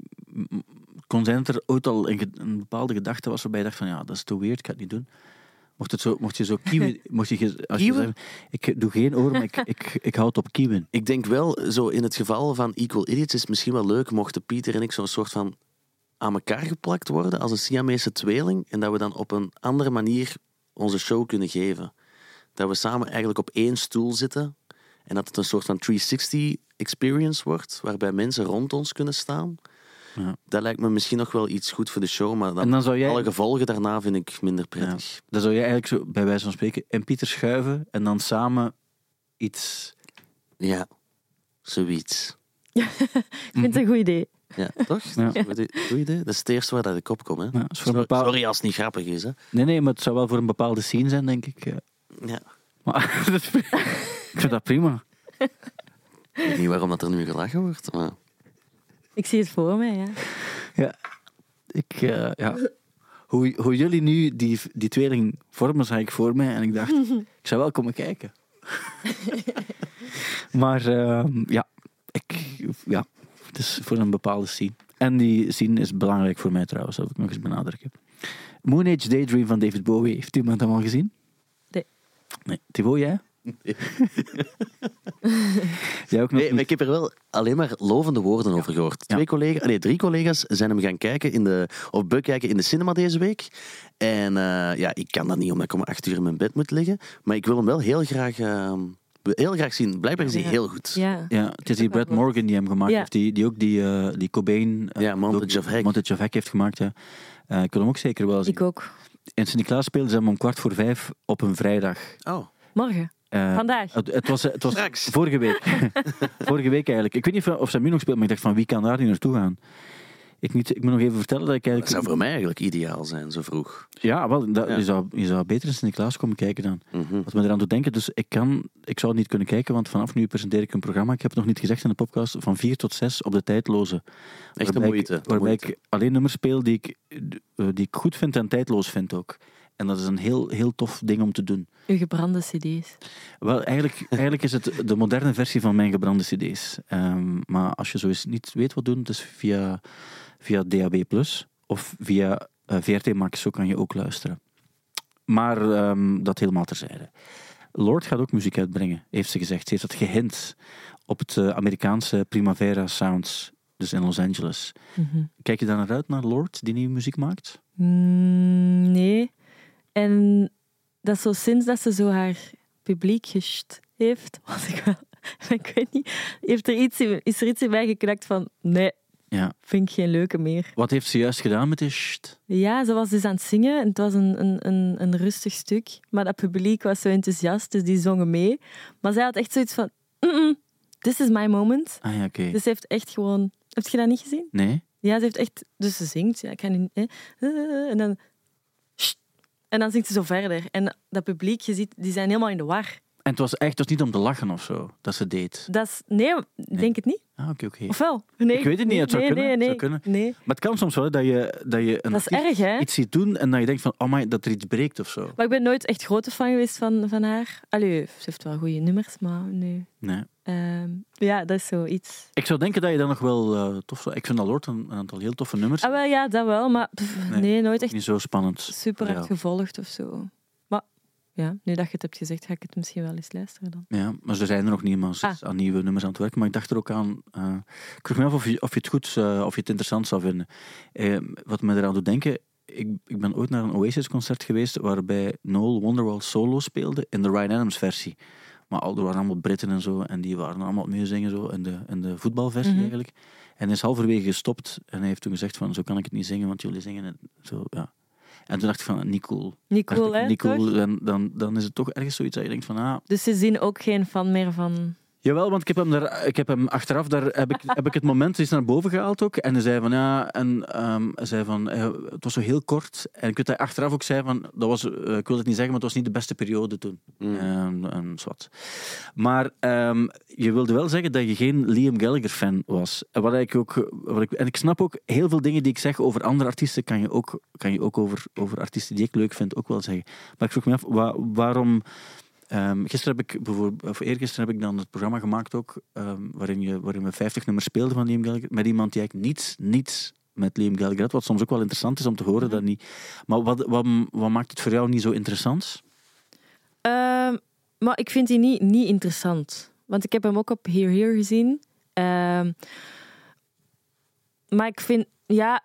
het kon zijn dat er ooit al een, een bepaalde gedachte was waarbij je dacht van ja, dat is te weird, ik ga het niet doen. Mocht, het zo, mocht je zo kieuwen... mocht je, als je zei, ik doe geen oren, maar ik, ik, ik hou het op kieuwen. Ik denk wel, zo in het geval van Equal Idiots is het misschien wel leuk mochten Pieter en ik zo'n soort van aan elkaar geplakt worden als een Siamese tweeling en dat we dan op een andere manier onze show kunnen geven. Dat we samen eigenlijk op één stoel zitten en dat het een soort van driehonderdzestig experience wordt, waarbij mensen rond ons kunnen staan. Ja. Dat lijkt me misschien nog wel iets goed voor de show, maar dan, en dan zou jij... alle gevolgen daarna vind ik minder prettig. Ja. Dan zou jij eigenlijk zo, bij wijze van spreken, en Pieter schuiven en dan samen iets... Ja, zoiets. Ik vind het een goed idee. Ja, toch? Ja. Goed idee. Dat is het eerste waar dat ik opkom. Hè? Ja, Sorry, bepaalde... Sorry als het niet grappig is. Hè? Nee, nee, maar het zou wel voor een bepaalde scene zijn, denk ik. Ja. ja. Maar, ik vind dat prima. Ik weet niet waarom dat er nu gelachen wordt, maar... Ik zie het voor mij, ja. Ja, ik... Uh, ja. Hoe, hoe jullie nu die, die tweeling vormen, zag ik voor mij en ik dacht, ik zou wel komen kijken. Maar uh, ja, ik... Ja, het is voor een bepaalde scene. En die scene is belangrijk voor mij trouwens, dat wil ik nog eens benadrukken. Moon Age Daydream van David Bowie. Heeft iemand hem al gezien? Nee. Nee. Thibaut, jij? Nee. Jij ook nog nee, maar ik heb er wel alleen maar lovende woorden over gehoord. Twee ja. collega's, nee, drie collega's zijn hem gaan kijken in de, of bekijken in de cinema deze week. En uh, ja, ik kan dat niet omdat ik om acht uur in mijn bed moet liggen. Maar ik wil hem wel heel graag, uh, heel graag zien. Blijkbaar is hij ja. heel goed. Ja. Ja, het is die Brad Morgan die hem gemaakt ja. heeft, die, die ook die, uh, die Cobain... Uh, ja, Montage of Heck. Montage of Heck heeft gemaakt, ja. Uh, ik wil hem ook zeker wel zien. Ik ook. In Sint-Niklaas speelden ze hem om kwart voor vijf op een vrijdag. Oh. Morgen? Uh, Vandaag? Het, het was, het was vorige week. vorige week eigenlijk. Ik weet niet of ze nu nog speelt, maar ik dacht van wie kan daar niet naartoe gaan? Ik, niet, ik moet nog even vertellen dat ik eigenlijk... Dat zou voor mij eigenlijk ideaal zijn, zo vroeg. Ja, wel, dat, ja. Je, zou, je zou beter in Sint-Niklaas komen kijken dan. Mm-hmm. Wat me eraan doet denken, dus ik, kan, ik zou niet kunnen kijken, want vanaf nu presenteer ik een programma, ik heb het nog niet gezegd in de podcast, van vier tot zes op de tijdloze. Echt een moeite. Ik, waarbij moeite. ik alleen nummers speel die ik, die ik goed vind en tijdloos vind ook. En dat is een heel, heel tof ding om te doen. Uw gebrande cd's? Wel, eigenlijk, eigenlijk is het de moderne versie van mijn gebrande cd's. Um, maar als je zo eens niet weet wat doen, het is via, via D A B plus, of via uh, V R T Max, zo kan je ook luisteren. Maar um, dat helemaal terzijde. Lorde gaat ook muziek uitbrengen, heeft ze gezegd. Ze heeft dat gehint op het uh, Amerikaanse Primavera Sounds, dus in Los Angeles. Mm-hmm. Kijk je daar naar uit, naar Lorde, die nieuwe muziek maakt? Mm, nee. En dat is zo sinds dat ze zo haar publiek gest heeft, was ik wel... Ik weet niet, heeft er iets in, is er iets in mij geknakt van... Nee, ja. Vind ik geen leuke meer. Wat heeft ze juist gedaan met die sht? Ja, ze was dus aan het zingen en het was een, een, een, een rustig stuk. Maar dat publiek was zo enthousiast, dus die zongen mee. Maar zij had echt zoiets van... Mm-mm, This is my moment. Ah ja, oké. Dus ze heeft echt gewoon... Heb je dat niet gezien? Nee? Ja, ze heeft echt... Dus ze zingt. Ja, ik ga niet... Eh, eh, en dan... Sst, en dan zingt ze zo verder. En dat publiek, je ziet, die zijn helemaal in de war. En het was echt het was niet om te lachen of zo, dat ze deed. Dat is... Nee, ik denk het niet. Ah, oké, oké. Of wel? Nee, Ik weet het niet, het zou nee, kunnen, Nee, het nee, zou kunnen. nee. Maar het kan soms wel hè, dat je, dat je een Dat is artiest erg, hè? iets ziet doen en dat je denkt van, oh my, dat er iets breekt of zo. Maar ik ben nooit echt grote fan geweest van, van haar. Allee, ze heeft wel goede nummers, maar nee. Nee. Ehm, ja, dat is zoiets. Ik zou denken dat je dat nog wel uh, tof zou... Ik vind dat Lord een, een aantal heel toffe nummers. Ah, wel, ja, dat wel, maar pff, Nee. nee, nooit echt Niet zo spannend. super hard Ja. gevolgd of zo. Maar ja, nu dat je het hebt gezegd, ga ik het misschien wel eens luisteren dan. Ja, maar ze zijn er nog niet maar ze is Ah. aan nieuwe nummers aan het werken. Maar ik dacht er ook aan... Uh, ik vroeg me af of je, of je het goed, uh, of je het interessant zou vinden. Uh, wat me eraan doet denken... Ik, ik ben ooit naar een Oasis-concert geweest waarbij Noel Wonderwall solo speelde in de Ryan Adams-versie. Maar al, er waren allemaal Britten en zo, en die waren allemaal mee zingen zo, in, de, in de voetbalversie Mhm. eigenlijk. En hij is halverwege gestopt en hij heeft toen gezegd van, zo kan ik het niet zingen, want jullie zingen het zo, ja. En toen dacht ik van, niet cool. Niet Dacht cool, ik, hè? niet cool. toch? En dan, dan is het toch ergens zoiets dat je denkt van, ah... Dus ze zien ook geen fan meer van... Jawel, want ik heb hem, daar, ik heb hem achteraf, daar heb ik, heb ik het moment eens naar boven gehaald ook. En hij zei van, ja, en um, hij zei van, eh, het was zo heel kort. En ik weet dat hij achteraf ook zei van, dat was, uh, ik wil het niet zeggen, maar het was niet de beste periode toen. Mm. En, en zwart. Maar um, je wilde wel zeggen dat je geen Liam Gallagher-fan was. En, wat ik ook, wat ik, en ik snap ook, heel veel dingen die ik zeg over andere artiesten, kan je ook, kan je ook over, over artiesten die ik leuk vind ook wel zeggen. Maar ik vroeg me af, wa- waarom... Um, gisteren heb ik, bijvoorbeeld, of eergisteren heb ik dan het programma gemaakt ook, um, waarin, je, waarin we vijftig nummers speelden van Liam Gallagher, met iemand die eigenlijk niets, niets met Liam Gallagher had, wat soms ook wel interessant is om te horen. Dat niet. Maar wat, wat, wat maakt het voor jou niet zo interessant? Ehm, maar ik vind die niet, niet interessant. Want ik heb hem ook op Here Here gezien. Ehm, maar ik vind, ja...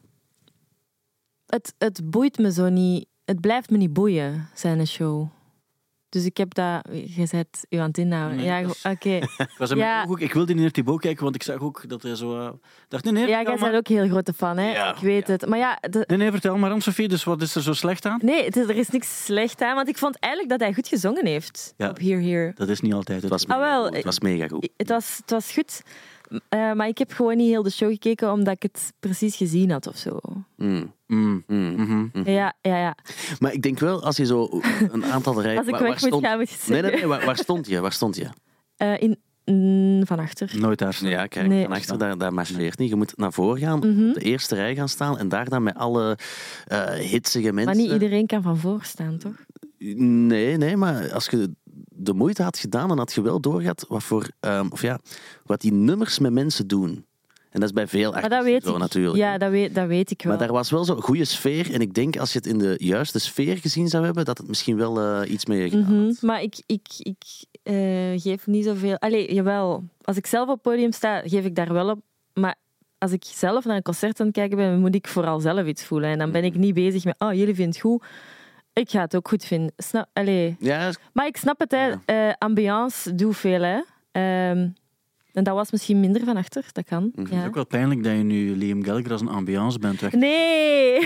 Het, het boeit me zo niet. Het blijft me niet boeien, zijn show. Dus ik heb dat... Je zet u aan het inhouden. Nee, ja, dat is- oké. Ik, was in Ja. mijn ogen ook, ik wilde niet naar Thibaut kijken, want ik zag ook dat hij zo... Uh, dacht, nee, nee, Ja, vertel jij maar. bent ook een heel grote fan, hè? Ja, Ik weet ja. het. Maar ja... De, Nee, nee, vertel maar, Anne-Sophie, dus wat is er zo slecht aan? nee, het is, er is niks slecht aan. Want ik vond eigenlijk dat hij goed gezongen heeft. Ja. Op Here Here. Dat is niet altijd Het het. was mega, Ah, wel, goed. Het was mega goed. Het was, het was goed. Uh, maar ik heb gewoon niet heel de show gekeken, omdat ik het precies gezien had of zo. Mm, Mm. mm. Mhm. Ja, ja, ja. Maar ik denk wel, als je zo een aantal rijden... Als ik waar, waar weg moet stond... gaan, moet je het Nee, zeggen. nee, nee, waar, waar stond je? Waar stond je? Uh, in, mm, van achter. Nooit daar staan. Ja, kijk, Nee. van achter, daar, daar marcheert niet. Je moet naar voren gaan, Mhm. op de eerste rij gaan staan en daar dan met alle uh, hitsige mensen... Maar niet iedereen kan van voor staan, toch? Nee, nee, maar als je de moeite had gedaan, dan had je wel doorgehad wat, voor, um, of ja, wat die nummers met mensen doen. En dat is bij veel Maar artiesten dat weet zo ik. natuurlijk. Ja, dat weet, dat weet ik wel. Maar daar was wel zo'n goede sfeer. En ik denk, als je het in de juiste sfeer gezien zou hebben, dat het misschien wel uh, iets mee gedaan Mhm. had. Maar ik, ik, ik uh, geef niet zoveel... Allee, jawel. Als ik zelf op het podium sta, geef ik daar wel op. Maar als ik zelf naar een concert aan het kijken ben, moet ik vooral zelf iets voelen. En dan ben ik niet bezig met, oh, jullie vinden het goed. Ik ga het ook goed vinden. Snap, allee. Ja, Maar ik snap het, hè. Ja. Uh, ambiance doet veel, hè. Um, en dat was misschien minder van achter, dat kan. Mhm. Het is Ja. ook wel pijnlijk dat je nu Liam Gallagher als een ambiance bent weg. Nee!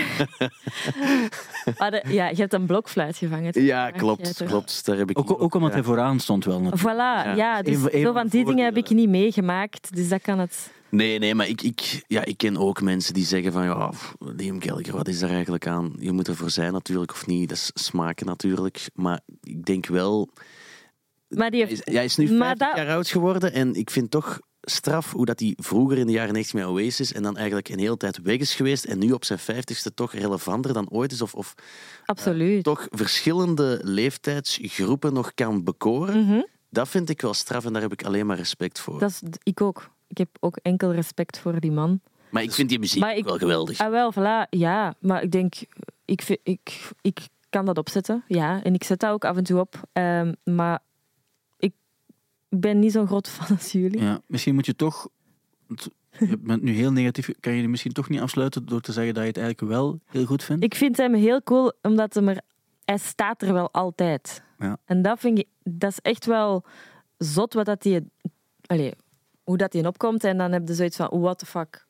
maar de, ja, je hebt een blokfluit gevangen. ja Ja, klopt, toch? klopt. Daar heb ik Ook, ook omdat hij vooraan stond wel natuurlijk. Voilà, ja, dus Even- even zo van die voor- dingen heb ik niet meegemaakt, dus dat kan het... Nee, nee, maar ik, ik, ja, ik ken ook mensen die zeggen van, ja, pff, Liam Gallagher, wat is daar eigenlijk aan? Je moet ervoor zijn natuurlijk, of niet. Dat is smaken natuurlijk. Maar ik denk wel... Maar die Hij heeft... is, hij is nu Maar vijftig dat- jaar oud geworden en ik vind toch straf hoe dat hij vroeger in de jaren negentig met Oasis en dan eigenlijk een hele tijd weg is geweest en nu op zijn vijftigste toch relevanter dan ooit is of, of Absoluut. toch verschillende leeftijdsgroepen nog kan bekoren. Mhm. Dat vind ik wel straf en daar heb ik alleen maar respect voor. Dat is, ik ook. Ik heb ook enkel respect voor die man. Maar ik vind die muziek Maar ook ik- wel geweldig. Ah, wel, voilà. Ja, maar ik denk... Ik, vind- ik, ik kan dat opzetten, ja. En ik zet dat ook af en toe op. Um, maar ik ben niet zo'n groot fan als jullie. Ja, misschien moet je toch... want Je bent nu heel negatief. Kan je misschien toch niet afsluiten door te zeggen dat je het eigenlijk wel heel goed vindt? Ik vind hem heel cool, omdat hem er, hij staat er wel altijd. Ja. En dat vind ik... Dat is echt wel zot wat dat hij... Allee, hoe dat hij opkomt. En dan heb je zoiets van, what the fuck. Ja.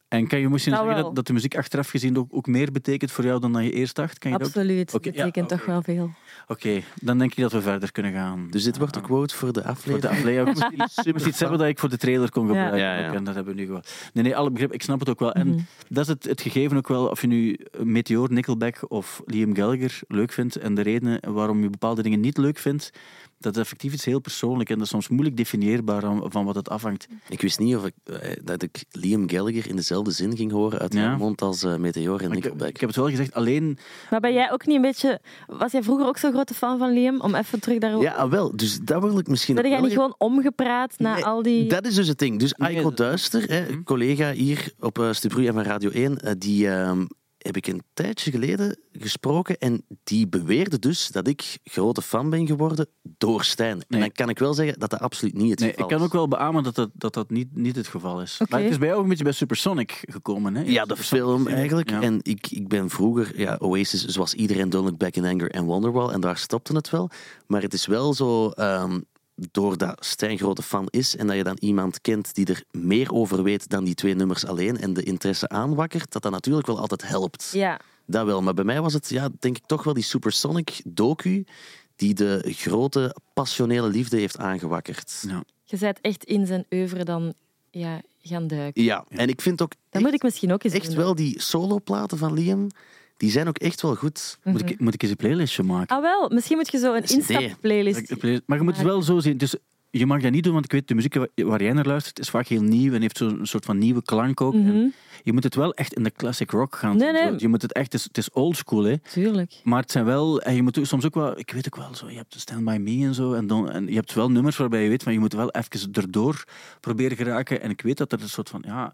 En kan je misschien Nou zeggen wel. dat, dat de muziek achteraf gezien ook, ook meer betekent voor jou dan dat je eerst dacht? Kan je dat ook? Absoluut, Oké, dat ja, betekent oké. toch wel veel. Oké, okay, dan denk ik dat we verder kunnen gaan. Dus dit wordt de Ah, quote voor de voor aflevering. de aflevering. Ik moest iets, ik moest iets hebben dat ik voor de trailer kon gebruiken. Ja, ja. Ook, en dat hebben we nu gewoon. Nee, nee, alle begrip, ik snap het ook wel. En Mhm. dat is het, het gegeven ook wel, of je nu Meteor, Nickelback of Liam Gallagher leuk vindt en de redenen waarom je bepaalde dingen niet leuk vindt, dat is effectief iets heel persoonlijk en dat is soms moeilijk definieerbaar van, van wat het afhangt. Ik wist niet of ik, eh, dat ik Liam Gallagher in dezelfde zin ging horen uit Ja. mijn mond als uh, Meteor en Maar ik, Nickelback. ik heb het wel gezegd, alleen... Maar ben jij ook niet een beetje... Was jij vroeger ook zo'n grote fan van Liam? Om even terug daarover... Ja, wel. Dus dat wil ik misschien Ben nog jij wel niet gewoon omgepraat na Nee, al die... Dat is dus het ding. Dus Nee, Aiko dat- Duister, hè, Mhm. collega hier op uh, Stubru en van Radio één, uh, die uh, heb ik een tijdje geleden gesproken en die beweerde dus dat ik grote fan ben geworden door Stijn. Nee. En dan kan ik wel zeggen dat dat absoluut niet het Nee, ik geval kan is. ook wel beamen dat dat, dat, dat niet, niet het geval is. Oké. Maar het is bij jou ook een beetje bij Supersonic gekomen, hè? Ja, de film eigenlijk. Ja. En ik, ik ben vroeger, ja, Oasis, zoals iedereen, Don't Look Back in Anger en Wonderwall. En daar stopte het wel. Maar het is wel zo, um, doordat Stijn grote fan is en dat je dan iemand kent die er meer over weet dan die twee nummers alleen en de interesse aanwakkert, dat dat natuurlijk wel altijd helpt. Ja. Dat wel. Maar bij mij was het, ja, denk ik, toch wel die Supersonic docu die de grote, passionele liefde heeft aangewakkerd. Ja. Je bent echt in zijn oeuvre dan ja, gaan duiken. Ja, en ik vind ook Dat echt, moet ik misschien ook eens echt doen. wel die soloplaten van Liam, die zijn ook echt wel goed. Moet, ik, moet ik eens een playlistje maken? Ah wel, misschien moet je zo een Dat is een idee. instapplaylist... Maar je moet het wel zo zien. Dus je mag dat niet doen, want ik weet, de muziek waar- waar jij naar luistert is vaak heel nieuw en heeft zo'n soort van nieuwe klank ook. Mhm. En je moet het wel echt in de classic rock gaan Nee, doen. nee. Zo. Je moet het echt, het is, het is old school, hè. Tuurlijk. Maar het zijn wel, en je moet soms ook wel, ik weet ook wel, zo, je hebt Stand By Me en zo, en, dan, en je hebt wel nummers waarbij je weet, van je moet wel even erdoor proberen geraken. En ik weet dat er een soort van, ja,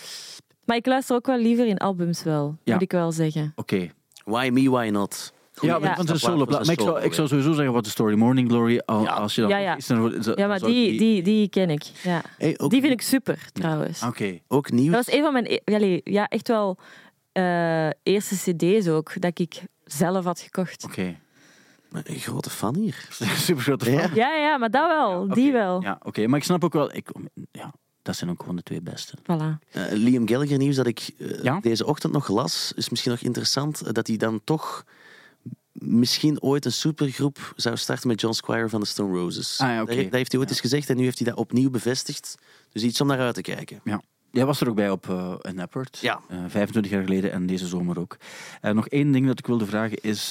Maar ik luister ook wel liever in albums wel, Ja. moet ik wel zeggen. oké. Why me, why not? Ja, Ja. want het is een Snap solo waar, Maar ik dat is zou, een ik zou solo, sowieso zeggen, wat de story Morning Glory, al- Ja. als je dan Ja, ja. is, dan, dan Ja, maar zou die, die, die ken ik. Ja. Hey, ook, Die vind ik super, trouwens. Oké. ook nieuw. Dat was een van mijn... e- allee, ja, echt wel eh, eerste cd's ook, dat ik zelf had gekocht. Oké. Een grote fan hier. Super grote fan. Ja. Ja, ja, maar dat wel. Oké. Die wel. Ja, oké. Maar ik snap ook wel, ik, ja, dat zijn ook gewoon de twee beste. Voilà. Uh, Liam Gallagher nieuws dat ik uh, Ja? deze ochtend nog las, is misschien nog interessant, uh, dat hij dan toch misschien ooit een supergroep zou starten met John Squire van de Stone Roses. Ah, ja, oké. dat, dat heeft hij ooit Ja. eens gezegd en nu heeft hij dat opnieuw bevestigd. Dus iets om naar uit te kijken. Jij was er ook bij op uh, Napert, Ja. uh, vijfentwintig jaar geleden en deze zomer ook. Uh, nog één ding dat ik wilde vragen is,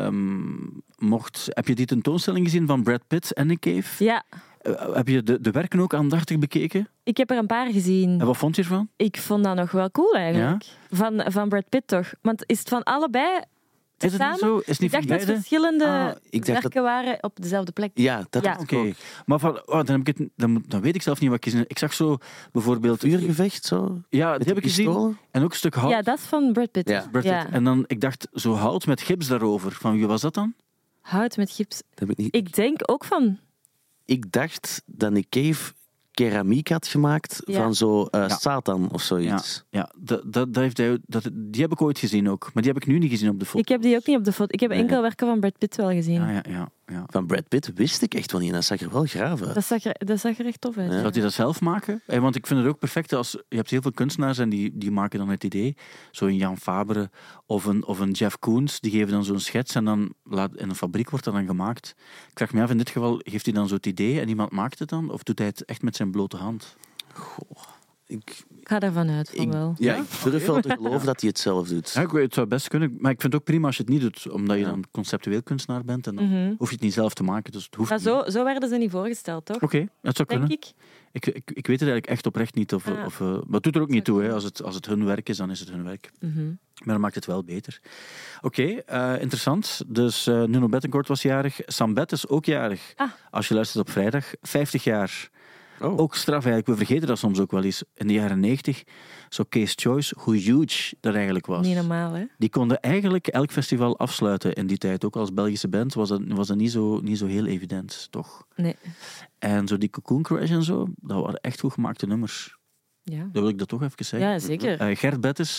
um, mocht, heb je die tentoonstelling gezien van Brad Pitt en Nick Cave? Ja, Uh, heb je de, de werken ook aandachtig bekeken? ik heb er een paar gezien. En wat vond je ervan? Ik vond dat nog wel cool eigenlijk. Van, van Brad Pitt toch? Want is het van allebei Is het samen? niet zo? Is het niet Ik dacht van dat beide? verschillende Ah, ik dacht werken waren op dezelfde plek. Ja, dat Ja. is Oké, ook. maar van, oh, dan, heb ik het, dan, moet- dan weet ik zelf niet wat ik gezien heb. Ik zag zo bijvoorbeeld... Vuurgevecht, zo? Ja, Met die heb ik gezien. pistolen? En ook een stuk hout. Ja, dat is van Brad Pitt. Ja. Brad Pitt. En dan, ik dacht, zo hout met gips daarover. Van wie was dat dan? Hout met gips. Dat heb ik niet. Ik denk ook van... Ik dacht dat Nick Cave keramiek had gemaakt Ja. van zo uh, Ja. Satan of zoiets. Ja, dat, dat, dat heeft hij, dat, die heb ik ooit gezien ook. Maar die heb ik nu niet gezien op de foto. Ik heb die ook niet op de foto. Ik heb Nee. enkel werken van Brad Pitt wel gezien. Ja, ja, ja. ja. Van Brad Pitt wist ik echt wel niet en dat zag er wel graaf uit. Dat, zag er, dat zag er echt tof uit. Ja. Zou hij dat zelf maken? Eh, Want ik vind het ook perfect als... Je hebt heel veel kunstenaars en die, die maken dan het idee. Zo een Jan Fabre of een, of een Jeff Koons. Die geven dan zo'n schets en dan laat, in een fabriek wordt dat dan gemaakt. Ik vraag me af, in dit geval geeft hij dan zo het idee en iemand maakt het dan? Of doet hij het echt met zijn blote hand? Goh, ik, Ik ga ervan uit, van ik, wel. ja, ik durf wel te geloven dat hij het zelf doet. Ja, ik weet, het zou best kunnen. Maar ik vind het ook prima als je het niet doet. Omdat je Ja. dan conceptueel kunstenaar bent. En dan Mhm. hoef je het niet zelf te maken. Dus het hoeft Maar niet. zo, zo werden ze niet voorgesteld, toch? Oké, dat zou Denk kunnen. ik. Ik, ik, ik weet het eigenlijk echt oprecht niet. Of, Ah. of, uh, maar het doet er ook niet Zou toe. Hè. kunnen. Als, het, als het hun werk is, dan is het hun werk. Mhm. Maar dat maakt het wel beter. Oké, eh, interessant. Dus uh, Nuno Bettencourt was jarig. Sam Bett is ook jarig. Ah. Als je luistert op vrijdag. vijftig jaar. Oh. Ook straf eigenlijk. We vergeten dat soms ook wel eens. In de jaren negentig. Zo Case Choice, hoe huge dat eigenlijk was. Niet normaal, hè? Die konden eigenlijk elk festival afsluiten in die tijd. Ook als Belgische band was dat, was dat niet, zo, niet zo heel evident, toch? Nee. En zo die Cocoon Crash en zo, dat waren echt goed gemaakte nummers. Ja, Dat wil ik dat toch even zeggen. ja zeker. Uh, Gert Bettes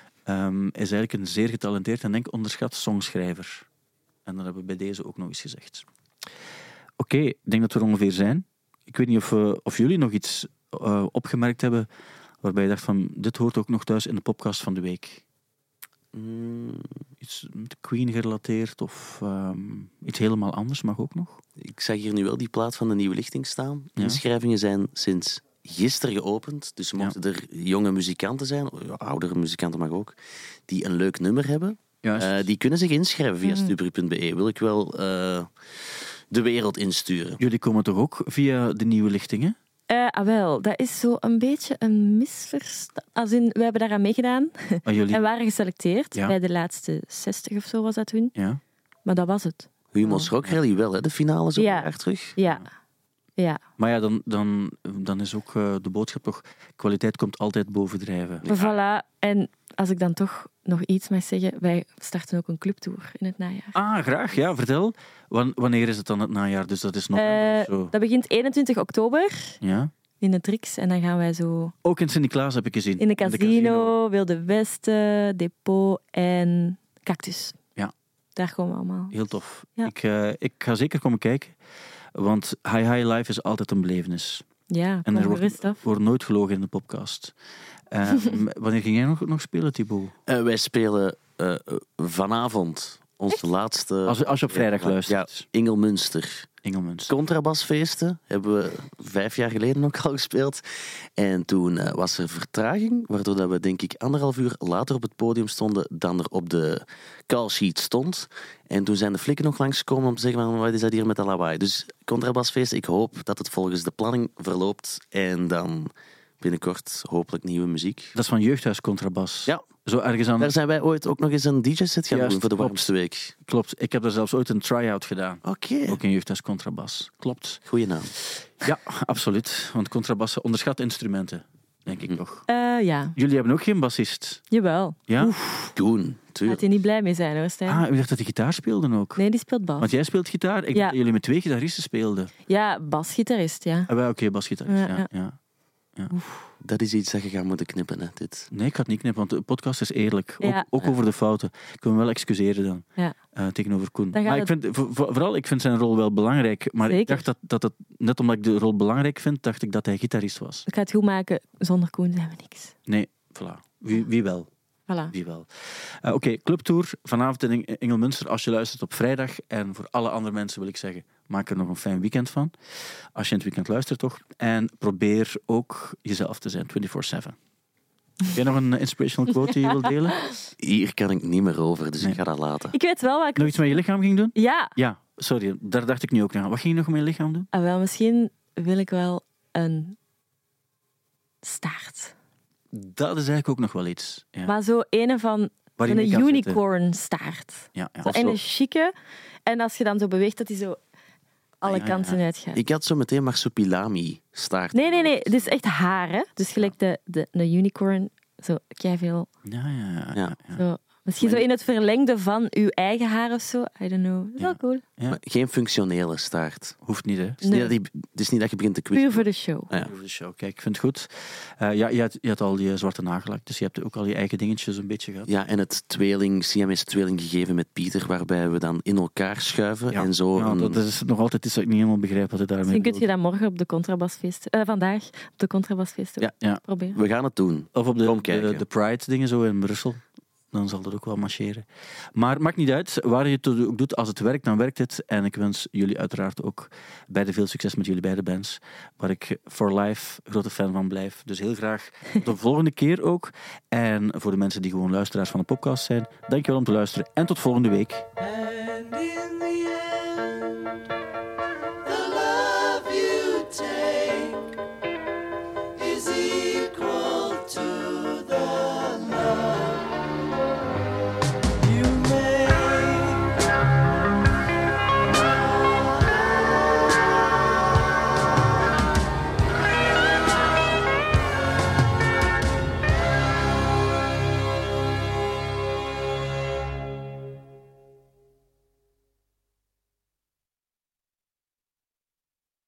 um, is eigenlijk een zeer getalenteerd en denk ik onderschat songschrijver. En dat hebben we bij deze ook nog eens gezegd. Oké, okay, ik denk dat we er ongeveer zijn. Ik weet niet of, uh, of jullie nog iets uh, opgemerkt hebben waarbij je dacht van, dit hoort ook nog thuis in de podcast van de week? Mm, Iets met Queen gerelateerd of um, iets helemaal anders mag ook nog? ik zag hier nu wel die plaat van de Nieuwe Lichting staan. Ja. Inschrijvingen zijn sinds gisteren geopend. Dus mochten er jonge muzikanten zijn, oudere muzikanten mag ook, die een leuk nummer hebben, Juist. uh, die kunnen zich inschrijven via Mhm. stubri punt be. Wil ik wel uh, de wereld insturen. Jullie komen toch ook via de Nieuwe Lichtingen? Uh, ah, wel, dat is zo een beetje een misverstand. Als in, we hebben daaraan meegedaan Ah, jullie... en waren geselecteerd. Ja. Bij de laatste zestig of zo was dat toen. Ja. Maar dat was het. Humos Rock Rally wel, hè? De finale zo Ja. een jaar terug. Ja. Ja. Maar ja, dan, dan, dan is ook uh, de boodschap toch, kwaliteit komt altijd bovendrijven. Voilà. En als ik dan toch nog iets mag zeggen, wij starten ook een clubtour in het najaar. Ah, graag. Ja, vertel. Wan- wanneer is het dan het najaar? Dus dat is november Eh, of zo. dat begint eenentwintig oktober Ja. in de Trix. En dan gaan wij zo Ook in Sint-Niklaas heb ik gezien. in de casino, Wilde Westen, Depot en Cactus. Ja. Daar komen we allemaal. Heel tof. Ja. Ik, uh, ik ga zeker komen kijken. Want High High Life is altijd een belevenis. Ja, En kom er wordt, gerust af. wordt nooit gelogen in de podcast. Uh, wanneer ging jij nog, nog spelen, Thibaut? Uh, wij spelen uh, vanavond onze laatste... Als, als je op vrijdag Ja, luistert. Ingelmünster. Engelmans. Contrabasfeesten hebben we vijf jaar geleden ook al gespeeld. En toen uh, was er vertraging, waardoor dat we denk ik anderhalf uur later op het podium stonden dan er op de call sheet stond. En toen zijn de flikken nog langsgekomen om te zeggen, wat is dat hier met de lawaai? Dus contrabasfeesten, ik hoop dat het volgens de planning verloopt en dan binnenkort hopelijk nieuwe muziek. Dat is van Jeugdhuis Contrabas. Ja. Zo ergens aan... Daar zijn wij ooit ook nog eens een D J-set gaan Juist, doen voor de klopt. warmste week. Klopt. Ik heb daar zelfs ooit een try-out gedaan. Oké, Ook in Jeugdhuis Contrabas. Klopt. goeie naam. Ja, absoluut. Want contrabassen onderschat instrumenten, denk ik Hm. toch. Eh, ja, Jullie hebben ook geen bassist. jawel. Ja? Koen, Gaat tuurlijk. hij niet blij mee zijn hoor, Stijn. Ah, ik dacht dat die gitaar speelden ook. Nee, die speelt bas. Want jij speelt gitaar. Ik Ja. dacht dat jullie met twee gitaristen speelden. Ja, basgitarist, ja. Ah, wel, oké, basgitarist. Ja, Ja, ja. ja. Dat is iets dat je gaat moeten knippen, hè, dit. Nee, ik ga het niet knippen, want de podcast is eerlijk. Ook, Ja. ook over de fouten. Ik wil me wel excuseren dan. Ja. Uh, tegenover Koen. Dan gaat Maar ik vind, vo- vo- vooral, ik vind zijn rol wel belangrijk. Maar ik Zeker. dacht dat, dat het, net omdat ik de rol belangrijk vind, dacht ik dat hij gitarist was. Ik ga het goed maken. Zonder Koen zijn we niks. Nee, voilà. Wie, wie wel. Voilà. Wie wel. Uh, Oké, clubtour vanavond in Eng- Engelmünster als je luistert op vrijdag. En voor alle andere mensen wil ik zeggen, maak er nog een fijn weekend van. Als je in het weekend luistert toch. En probeer ook jezelf te zijn, vierentwintig zeven. Heb jij nog een inspirational quote die je wilt delen? Hier kan ik niet meer over, dus Nee. ik ga dat laten. Ik weet wel wat ik... Nog iets met je lichaam ging doen? Ja, Ja, sorry, daar dacht ik nu ook naar. Wat ging je nog met je lichaam doen? ah, wel, misschien wil ik wel een staart. Dat is eigenlijk ook nog wel iets. Ja. Maar zo een van Waar je een mee kan zitten. unicorn staart. Ja, ja. Zo Of en zo. een chique. En als je dan zo beweegt, dat hij zo alle Ja, ja, kanten ja. uitgaat. Ik had zo meteen marsupilami staart. Nee, nee, nee. Het is echt haar, hè. Dus gelijk de, de, een unicorn. Zo, keiveel. Ja, ja, ja. Ja. ja. Zo. Misschien Maar- zo in het verlengde van uw eigen haar of zo. I don't know. Dat is Ja. wel cool. Ja. Maar geen functionele staart. Hoeft niet, hè? Het is, niet Nee. dat die, het is niet dat je begint te quizzen. Puur voor de show. Ah, ja. Over de show. Kijk, ik vind het goed. Uh, ja, je had, je had al die zwarte nagellak, dus je hebt ook al je eigen dingetjes een beetje gehad. Ja, en het tweeling, Siamese tweeling gegeven met Pieter, waarbij we dan in elkaar schuiven Ja. en zo. Ja, een- dat is nog altijd iets dat ik niet helemaal begrijp wat je daarmee Misschien kun je bedoelt. dat morgen op de contrabasfeesten... eh, vandaag op de contrabasfeesten Ja. Ja. proberen. We gaan het doen. Of op de, Kom de, kijken. de Pride-dingen zo in Brussel. Dan zal dat ook wel marcheren. Maar maakt niet uit. Waar je het ook doet, als het werkt, dan werkt het. En ik wens jullie uiteraard ook beide veel succes met jullie beide bands. Waar ik for life grote fan van blijf. Dus heel graag tot de volgende keer ook. En voor de mensen die gewoon luisteraars van de podcast zijn, dankjewel om te luisteren. En tot volgende week.